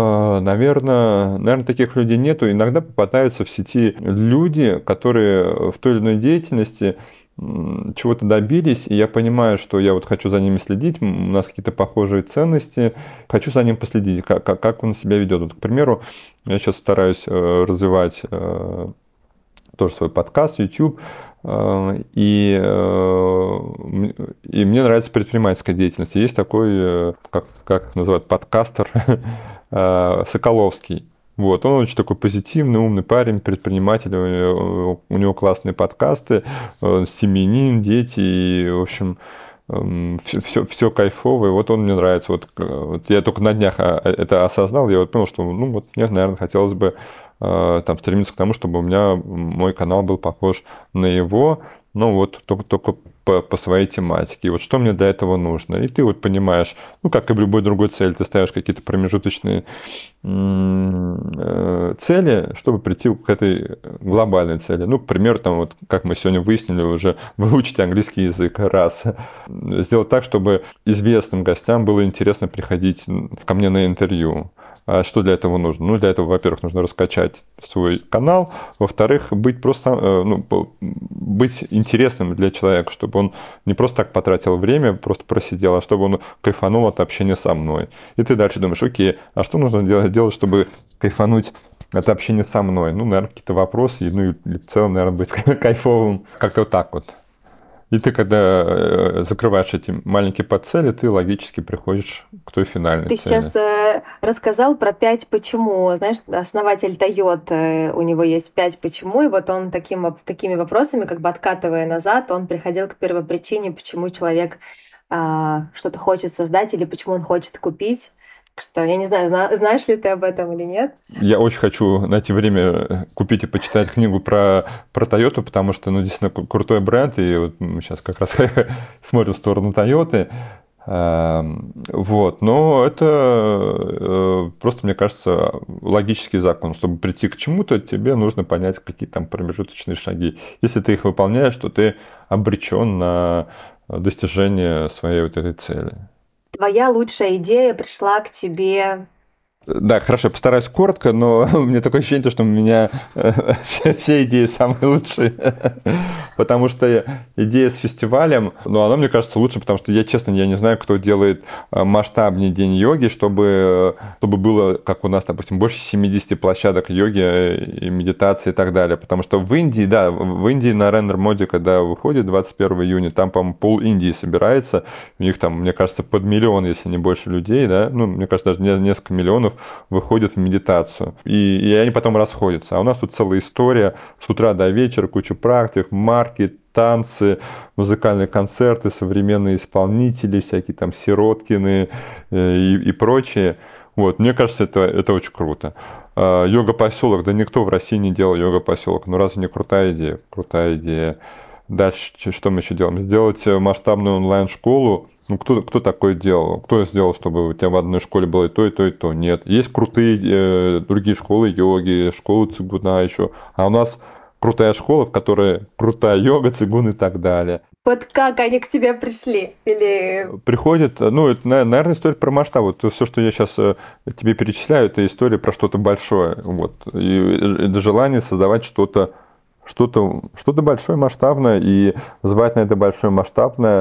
наверное, таких людей нету. Иногда попадаются в сети люди, которые в той или иной деятельности чего-то добились, и я понимаю, что я вот хочу за ними следить, у нас какие-то похожие ценности, хочу за ним последить, как он себя ведет. Вот, к примеру, я сейчас стараюсь развивать тоже свой подкаст, YouTube. И мне нравится предпринимательская деятельность. Есть такой, как называют, подкастер Соколовский. Вот, он очень такой позитивный, умный парень, предприниматель, у него классные подкасты, семьянин, дети, и, в общем, все кайфово, и вот он мне нравится. Вот я только на днях это осознал, я вот понял, что, ну, вот мне, наверное, хотелось бы там стремиться к тому, чтобы у меня мой канал был похож на его, но вот только по своей тематике. И вот что мне для этого нужно? И ты вот понимаешь, ну, как и в любой другой цели, ты ставишь какие-то промежуточные цели, чтобы прийти к этой глобальной цели. Ну, к примеру, там вот, как мы сегодня выяснили, уже выучить английский язык, раз. Сделать так, чтобы известным гостям было интересно приходить ко мне на интервью. А что для этого нужно? Ну, для этого, во-первых, нужно раскачать свой канал, во-вторых, быть интересным для человека, чтобы он не просто так потратил время, просто просидел, а чтобы он кайфанул от общения со мной. И ты дальше думаешь, окей, а что нужно делать, чтобы кайфануть от общения со мной? Ну, наверное, какие-то вопросы, ну, и в целом, наверное, быть кайфовым, как-то вот так вот. И ты, когда закрываешь эти маленькие подцели, ты логически приходишь к той финальной цели. Ты сейчас рассказал про 5 почему. Знаешь, основатель Toyota, у него есть 5 почему, и вот он такими вопросами, как бы откатывая назад, он приходил к первопричине, почему человек что-то хочет создать или почему он хочет купить. Что, я не знаю, знаешь ли ты об этом или нет? Я очень хочу найти время купить и почитать книгу про Toyota, потому что, ну, действительно, крутой бренд, и вот мы сейчас как раз смотрим в сторону Toyota. Вот, но это просто, мне кажется, логический закон. Чтобы прийти к чему-то, тебе нужно понять, какие там промежуточные шаги. Если ты их выполняешь, то ты обречен на достижение своей вот этой цели. Твоя лучшая идея пришла к тебе... Да, хорошо, постараюсь коротко, но у меня такое ощущение, что у меня все идеи самые лучшие. Потому что идея с фестивалем, ну, она, мне кажется, лучше, потому что я, честно, я не знаю, кто делает масштабный день йоги, чтобы было, как у нас, допустим, больше 70 площадок йоги и медитации и так далее. Потому что в Индии, да, в Индии на Рендер Моде, когда выходит 21 июня, там, по-моему, пол Индии собирается, у них там, мне кажется, под миллион, если не больше людей, да, ну, мне кажется, даже несколько миллионов выходят в медитацию. И они потом расходятся. А у нас тут целая история с утра до вечера, куча практик, марки, танцы, музыкальные концерты, современные исполнители, всякие там Сироткины и прочее. Вот, мне кажется, это очень круто. Йога-поселок, да никто в России не делал йога-поселок. Ну разве не крутая идея? Крутая идея. Дальше, что мы еще делаем? Сделать масштабную онлайн-школу. Ну, кто такое делал? Кто сделал, чтобы у тебя в одной школе было и то, и то, и то? Нет. Есть крутые другие школы йоги, школы цигуна еще. А у нас крутая школа, в которой крутая йога, цигун и так далее. Вот как они к тебе пришли? Или... Приходят, ну, это, наверное, история про масштаб. Вот все, что я сейчас тебе перечисляю, это история про что-то большое. Вот. И это желание создавать что-то большое, масштабное, и звать на это большое, масштабное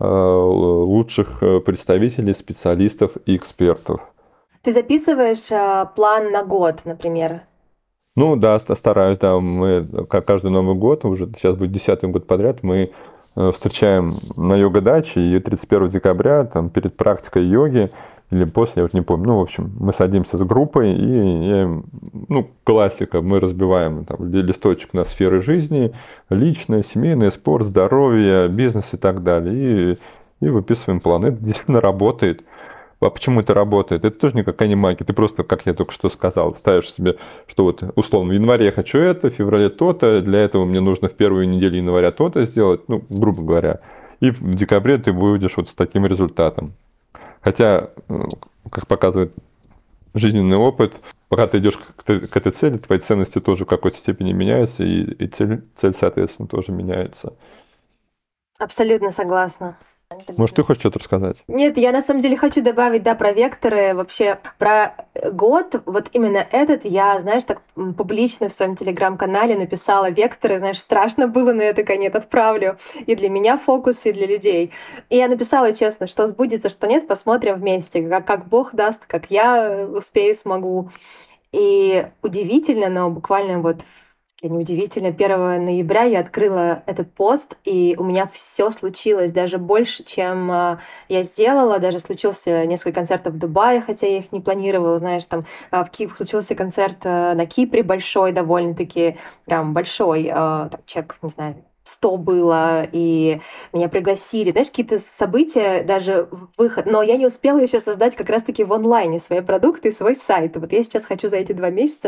лучших представителей, специалистов и экспертов. Ты записываешь план на год, например? Ну да, стараюсь, да. Мы каждый Новый год, уже сейчас будет 10-й год подряд, мы встречаем на йога-даче, и 31 декабря, там, перед практикой йоги, или после, я уже не помню. Ну, в общем, мы садимся с группой, и классика, мы разбиваем там листочек на сферы жизни, личное, семейное, спорт, здоровье, бизнес и так далее. И выписываем план. Это действительно работает. А почему это работает? Это тоже никакая не магия. Ты просто, как я только что сказал, ставишь себе, что вот условно в январе я хочу это, в феврале то-то, для этого мне нужно в первую неделю января то-то сделать, ну, грубо говоря. И в декабре ты выйдешь вот с таким результатом. Хотя, как показывает жизненный опыт, пока ты идешь к этой цели, твои ценности тоже в какой-то степени меняются, и цель, соответственно, тоже меняется. Абсолютно согласна. Может, ты хочешь что-то рассказать? Нет, я на самом деле хочу добавить, да, про векторы, вообще про год. Вот именно этот я, знаешь, так публично в своем телеграм-канале написала векторы, знаешь, страшно было, но я такая, нет, отправлю. И для меня фокус, и для людей. И я написала честно, что сбудется, что нет, посмотрим вместе, как Бог даст, как я успею, смогу. И удивительно, но буквально вот неудивительно, 1 ноября я открыла этот пост, и у меня все случилось, даже больше, чем я сделала. Даже случился несколько концертов в Дубае, хотя я их не планировала. Знаешь, там случился концерт на Кипре большой, довольно-таки прям большой, там, человек, не знаю, 100 было, и меня пригласили. Знаешь, какие-то события, даже выход. Но я не успела еще создать как раз-таки в онлайне свои продукты и свой сайт. Вот я сейчас хочу за эти 2 месяца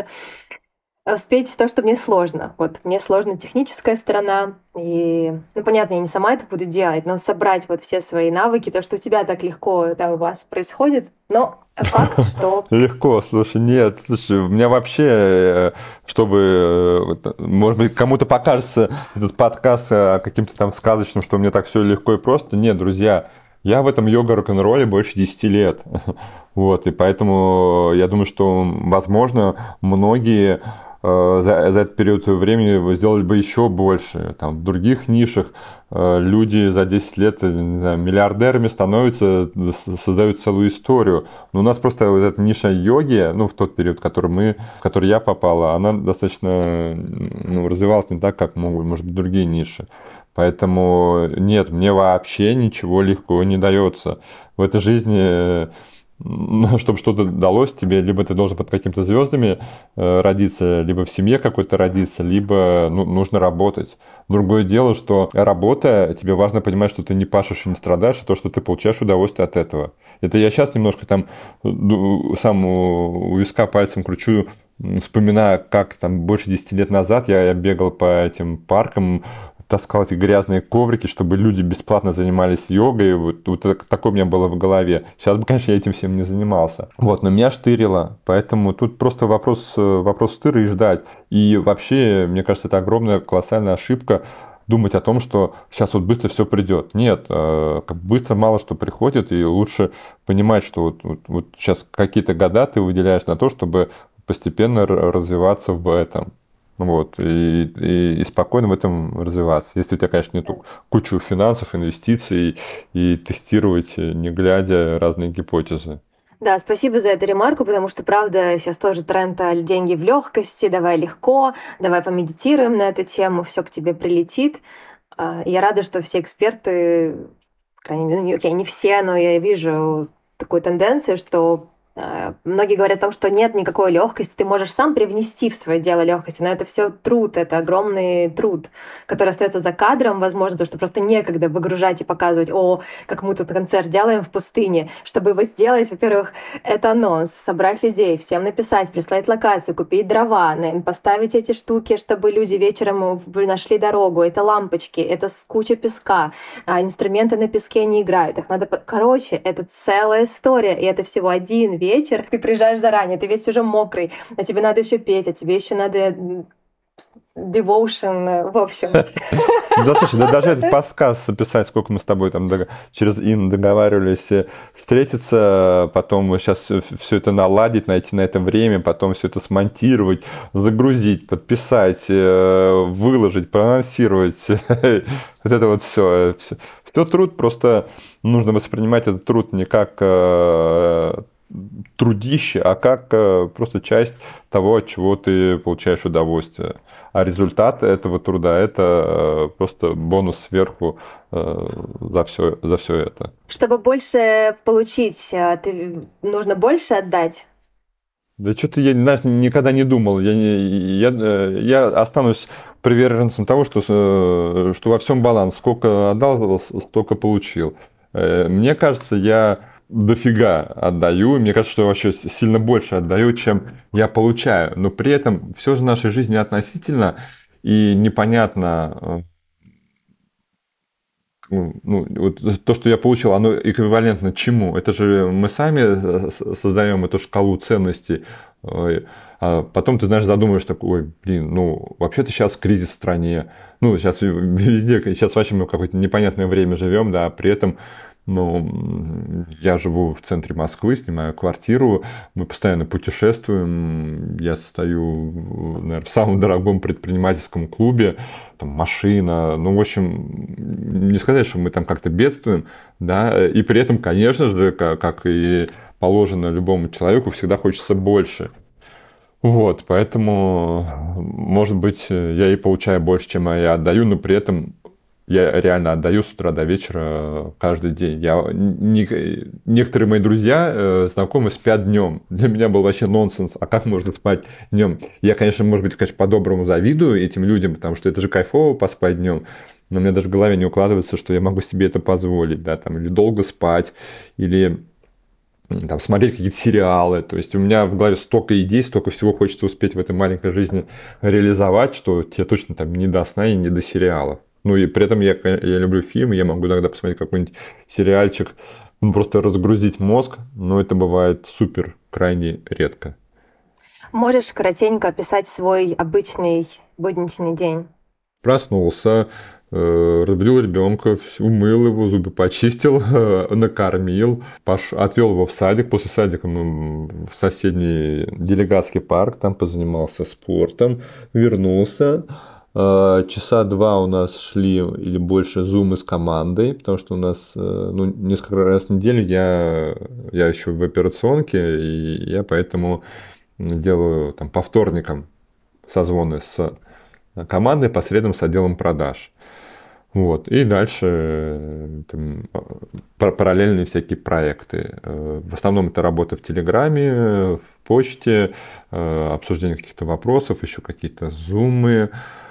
успеть то, что мне сложно. Вот мне сложна техническая сторона, и, ну, понятно, я не сама это буду делать, но собрать вот все свои навыки, то, что у тебя так легко, да, у вас происходит, но факт, что... Легко, слушай, нет, слушай, у меня вообще, чтобы, может быть, кому-то покажется этот подкаст каким-то там сказочным, что у меня так все легко и просто, нет, друзья, я в этом йога-рок-н-ролле больше 10 лет, вот, и поэтому я думаю, что, возможно, многие за этот период времени сделали бы еще больше. Там, в других нишах люди за 10 лет, не знаю, миллиардерами становятся, создают целую историю. Но у нас просто вот эта ниша йоги, ну, в тот период, в который я попала, она достаточно развивалась не так, как могут, может быть, другие ниши. Поэтому нет, мне вообще ничего легко не дается. В этой жизни... чтобы что-то далось тебе, либо ты должен под какими-то звездами родиться, либо в семье какой-то родиться, либо нужно работать. Другое дело, что работая, тебе важно понимать, что ты не пашешь и не страдаешь, а то, что ты получаешь удовольствие от этого. Это я сейчас немножко там сам у виска пальцем кручу, вспоминая, как там больше 10 лет назад я бегал по этим паркам, таскал эти грязные коврики, чтобы люди бесплатно занимались йогой. Вот такое у меня было в голове. Сейчас бы, конечно, я этим всем не занимался. Вот, но меня штырило. Поэтому тут просто вопрос штыра и ждать. И вообще, мне кажется, это огромная, колоссальная ошибка думать о том, что сейчас вот быстро все придет. Нет, быстро мало что приходит, и лучше понимать, что вот сейчас какие-то года ты выделяешь на то, чтобы постепенно развиваться в этом. Вот, и спокойно в этом развиваться. Если у тебя, конечно, нету кучу финансов, инвестиций и тестировать, не глядя, разные гипотезы. Да, спасибо за эту ремарку, потому что, правда, сейчас тоже тренд деньги в легкости, давай легко, давай помедитируем на эту тему, все к тебе прилетит. Я рада, что все эксперты, по крайней мере, окей, не все, но я вижу такую тенденцию, что многие говорят о том, что нет никакой легкости, ты можешь сам привнести в свое дело легкости, но это все труд, это огромный труд, который остается за кадром, возможно, потому что просто некогда выгружать и показывать, как мы тут концерт делаем в пустыне. Чтобы его сделать, во-первых, это анонс, собрать людей, всем написать, прислать локацию, купить дрова, поставить эти штуки, чтобы люди вечером нашли дорогу, это лампочки, это куча песка, инструменты на песке не играют, их надо... Короче, это целая история, и это всего один вечер, ты приезжаешь заранее, ты весь уже мокрый, а тебе надо еще петь, а тебе еще надо devotion, в общем. Да, слушай, даже этот подкаст записать, сколько мы с тобой там через Ин договаривались встретиться, потом сейчас все это наладить, найти на это время, потом все это смонтировать, загрузить, подписать, выложить, проанонсировать. Вот это вот все. Все труд, просто нужно воспринимать этот труд не как трудище, а как просто часть того, от чего ты получаешь удовольствие. А результат этого труда – это просто бонус сверху за все это. Чтобы больше получить, нужно больше отдать? Да что-то я никогда не думал. Я останусь приверженцем того, что во всем баланс. Сколько отдал, столько получил. Мне кажется, я дофига отдаю. Мне кажется, что я вообще сильно больше отдаю, чем я получаю. Но при этом все же в нашей жизни относительно, и непонятно, вот то, что я получил, оно эквивалентно чему? Это же мы сами создаем эту шкалу ценностей. А потом ты, знаешь, задумаешь такой, вообще-то сейчас кризис в стране. Сейчас везде, сейчас вообще мы в какое-то непонятное время живем, да, при этом я живу в центре Москвы, снимаю квартиру, мы постоянно путешествуем, я состою, наверное, в самом дорогом предпринимательском клубе, там машина, в общем, не сказать, что мы там как-то бедствуем, да, и при этом, конечно же, как и положено любому человеку, всегда хочется больше. Вот, поэтому, может быть, я и получаю больше, чем я отдаю, но при этом я реально отдаю с утра до вечера каждый день. Некоторые мои друзья, знакомые, спят днем. Для меня был вообще нонсенс. А как можно спать днем? Я, конечно, может быть, конечно, по-доброму завидую этим людям, потому что это же кайфово поспать днем. Но у меня даже в голове не укладывается, что я могу себе это позволить, да, там, или долго спать, или там, смотреть какие-то сериалы. То есть у меня в голове столько идей, столько всего хочется успеть в этой маленькой жизни реализовать, что тебе точно там не до сна и не до сериалов. Ну и при этом я люблю фильмы, я могу иногда посмотреть какой-нибудь сериальчик, ну, просто разгрузить мозг, но это бывает супер крайне редко. Можешь коротенько описать свой обычный будничный день? Проснулся, разбудил ребенка, умыл его, зубы почистил, накормил, отвел его в садик. После садика мы в соседний делегатский парк, там позанимался спортом, вернулся. Часа два у нас шли или больше зумы с командой, потому что у нас несколько раз в неделю я еще в операционке, и я поэтому делаю там, по вторникам созвоны с командой, посредством с отделом продаж. Вот. И дальше там, параллельные всякие проекты. В основном это работа в Телеграме, в почте, обсуждение каких-то вопросов, еще какие-то зумы,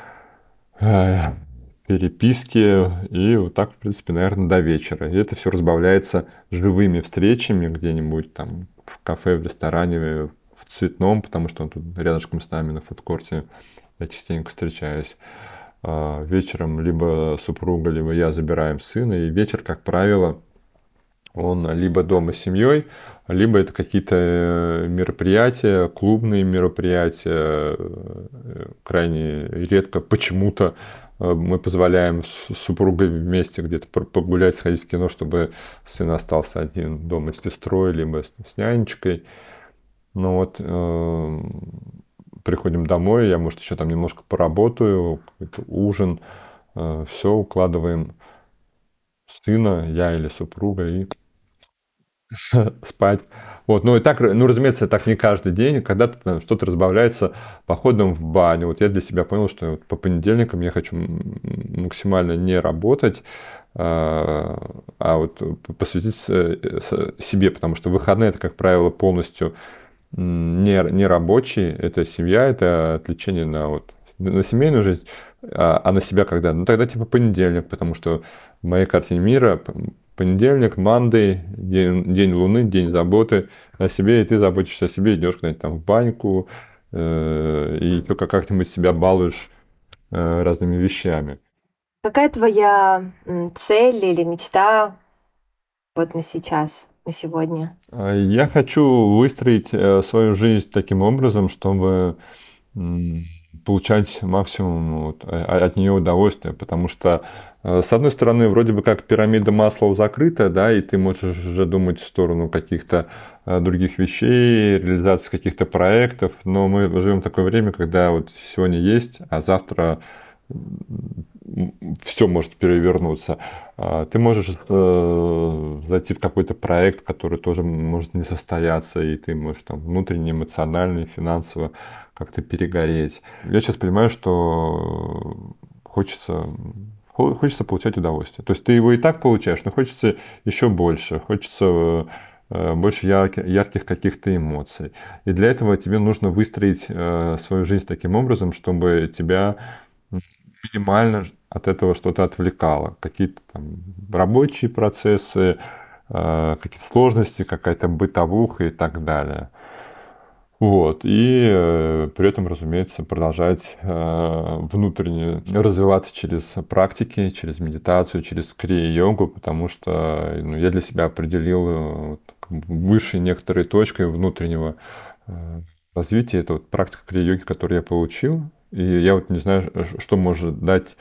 переписки. И вот так, в принципе, наверное, до вечера. И это все разбавляется живыми встречами где-нибудь там в кафе, в ресторане, в Цветном, потому что он тут рядышком с нами на фудкорте. Я частенько встречаюсь. Вечером либо супруга, либо я забираем сына. И вечер, как правило, он либо дома с семьей, либо это какие-то мероприятия, клубные мероприятия. Крайне редко почему-то мы позволяем с супругой вместе где-то погулять, сходить в кино, чтобы сын остался один дома с сестрой, либо с нянечкой. Ну вот, приходим домой, я, может, еще там немножко поработаю, какой-то ужин, все, укладываем сына, я или супруга, и спать. Вот, ну и так, ну, разумеется, так не каждый день, когда-то что-то разбавляется походом в баню. Вот я для себя понял, что вот по понедельникам я хочу максимально не работать, а вот посвятить себе, потому что выходные это, как правило, полностью не рабочие, это семья, это отвлечение на семейную жизнь, а на себя когда? Ну тогда типа понедельник, потому что в моей картине мира понедельник, Мандей, день Луны, день заботы о себе, и ты заботишься о себе, идешь куда-нибудь там в баньку, и только как-нибудь себя балуешь разными вещами. Какая твоя цель или мечта вот на сейчас, на сегодня? Я хочу выстроить свою жизнь таким образом, чтобы получать максимум от нее удовольствия, потому что, с одной стороны, вроде бы как пирамида Маслоу закрыта, да, и ты можешь уже думать в сторону каких-то других вещей, реализации каких-то проектов, но мы живем в такое время, когда вот сегодня есть, а завтра все может перевернуться. Ты можешь зайти в какой-то проект, который тоже может не состояться, и ты можешь там внутренне, эмоционально, финансово как-то перегореть. Я сейчас понимаю, что хочется получать удовольствие. То есть ты его и так получаешь, но хочется еще больше, хочется больше ярких каких-то эмоций. И для этого тебе нужно выстроить свою жизнь таким образом, чтобы тебя минимально от этого что-то отвлекало. Какие-то там рабочие процессы, какие-то сложности, какая-то бытовуха и так далее. Вот. И при этом, разумеется, продолжать внутренне развиваться через практики, через медитацию, через крия-йогу, потому что я для себя определил высшей некоторой точкой внутреннего развития. Это вот практика крия-йоги, которую я получил. И я вот не знаю, что может дать,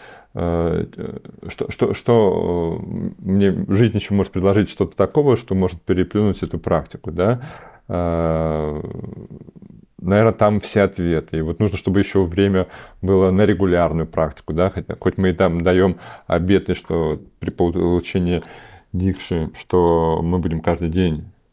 что мне жизнь еще может предложить что-то такого, что может переплюнуть эту практику, да. Наверное, там все ответы. И вот нужно, чтобы еще время было на регулярную практику, да, хоть мы и там даем обеты, что при получении дикши, что мы будем каждый день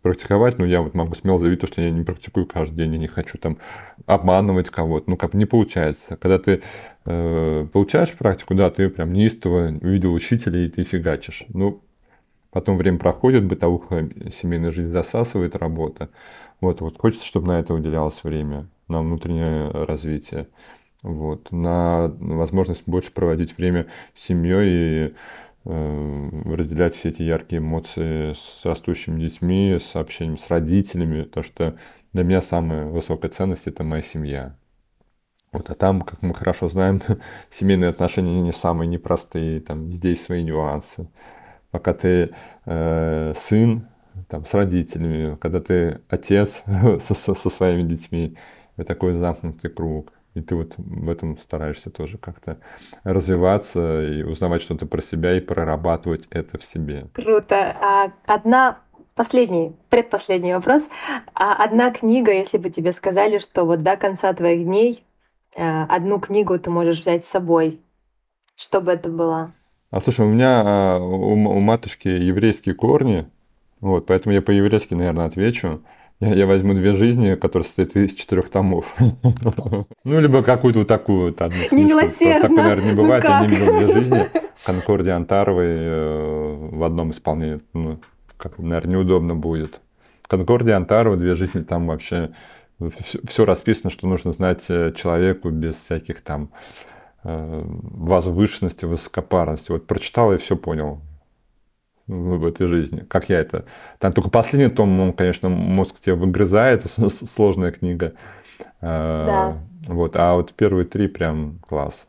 практиковать, но я вот могу смело заявить, что я не практикую каждый день, я не хочу там обманывать кого-то. Ну, как не получается. Когда ты получаешь практику, да, ты прям неистово увидел учителя, и ты фигачишь. Ну, потом время проходит, бытовуха, семейная жизнь засасывает, работа. Вот хочется, чтобы на это уделялось время, на внутреннее развитие. На возможность больше проводить время с семьей и разделять все эти яркие эмоции с растущими детьми, с общением с родителями, потому что для меня самая высокая ценность — это моя семья. А там, как мы хорошо знаем, семейные отношения не самые непростые, там здесь свои нюансы. Пока ты сын, там, с родителями, когда ты отец со своими детьми, это такой замкнутый круг. И ты вот в этом стараешься тоже как-то развиваться и узнавать что-то про себя и прорабатывать это в себе. Круто. Предпоследний вопрос. Одна книга, если бы тебе сказали, что вот до конца твоих дней одну книгу ты можешь взять с собой, что бы это было? Слушай, у меня у матушки еврейские корни, поэтому я по-еврейски, наверное, отвечу. Я возьму «Две жизни», которые состоят из 4 томов. Ну, либо какую-то вот такую вот одну книжку. Немилосердно. Такое, наверное, не бывает. Я не видел «Две жизни» Конкордии Антаровой в одном исполнении. Ну, как, наверное, неудобно будет. Конкордия Антарова, «Две жизни», там вообще все расписано, что нужно знать человеку без всяких там возвышенности, высокопарности. Вот прочитал и все понял в этой жизни. Как я это... Там только последний том, он, конечно, мозг тебе выгрызает, сложная книга. Да. А вот первые 3 прям класс.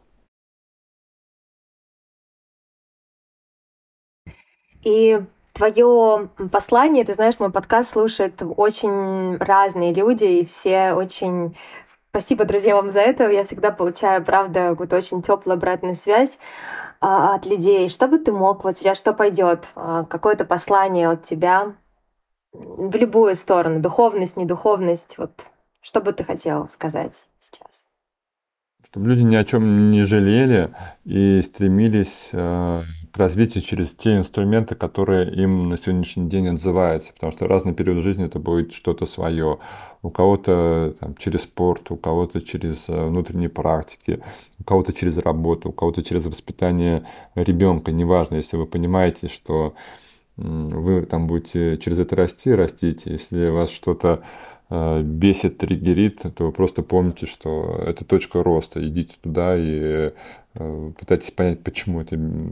И твое послание, ты знаешь, мой подкаст слушают очень разные люди, и все очень... Спасибо, друзья, вам за это. Я всегда получаю, правда, какую-то очень теплую обратную связь от людей. Что бы ты мог вот сейчас, что пойдет? Какое-то послание от тебя в любую сторону, духовность, недуховность. Вот что бы ты хотел сказать сейчас? Чтобы люди ни о чем не жалели и стремились к развитию через те инструменты, которые им на сегодняшний день отзываются. Потому что в разный период жизни это будет что-то свое. У кого-то там, через спорт, у кого-то через внутренние практики, у кого-то через работу, у кого-то через воспитание ребенка. Неважно, если вы понимаете, что вы там будете через это растите. Если вас что-то бесит, триггерит, то вы просто помните, что это точка роста. Идите туда и пытайтесь понять, почему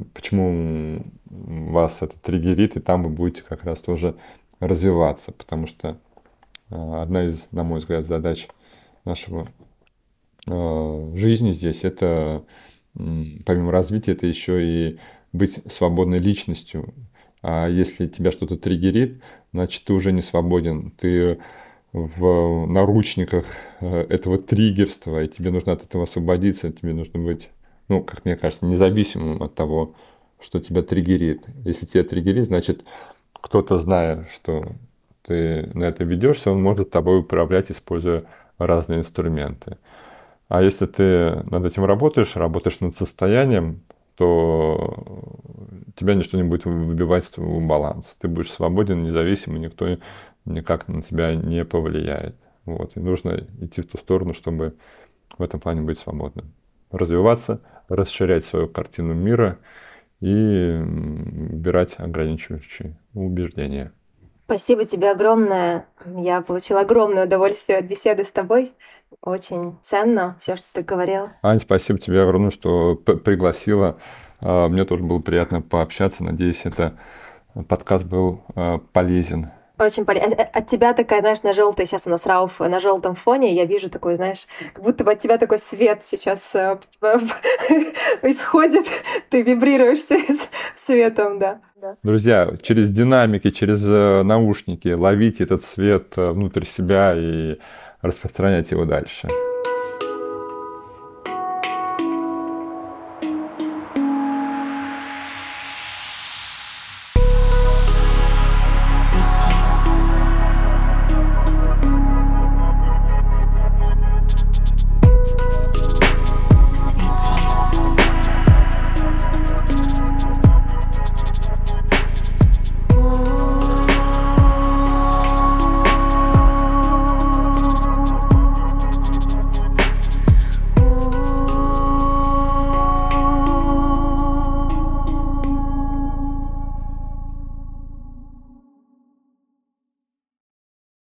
вас это триггерит, и там вы будете как раз тоже развиваться. Потому что одна из, на мой взгляд, задач нашего жизни здесь — это, помимо развития, это еще и быть свободной личностью. А если тебя что-то триггерит, значит, ты уже не свободен. Ты в наручниках этого триггерства, и тебе нужно от этого освободиться, тебе нужно быть, как мне кажется, независимым от того, что тебя триггерит. Если тебя триггерит, значит, кто-то, зная, что ты на это ведешься, он может тобой управлять, используя разные инструменты. А если ты над этим работаешь над состоянием, то тебя ничто не будет выбивать из твоего баланса. Ты будешь свободен, независим, и никто никак на тебя не повлияет. И нужно идти в ту сторону, чтобы в этом плане быть свободным. Развиваться, расширять свою картину мира и убирать ограничивающие убеждения. Спасибо тебе огромное. Я получила огромное удовольствие от беседы с тобой. Очень ценно все, что ты говорил. Ань, спасибо тебе огромное, что пригласила. Мне тоже было приятно пообщаться. Надеюсь, это подкаст был полезен. Очень полезно. От тебя такая, знаешь, на желтой, сейчас у нас Рауф на желтом фоне, я вижу такой, знаешь, как будто бы от тебя такой свет сейчас исходит, ты вибрируешь светом, да. Друзья, через динамики, через наушники ловите этот свет внутрь себя и распространяйте его дальше.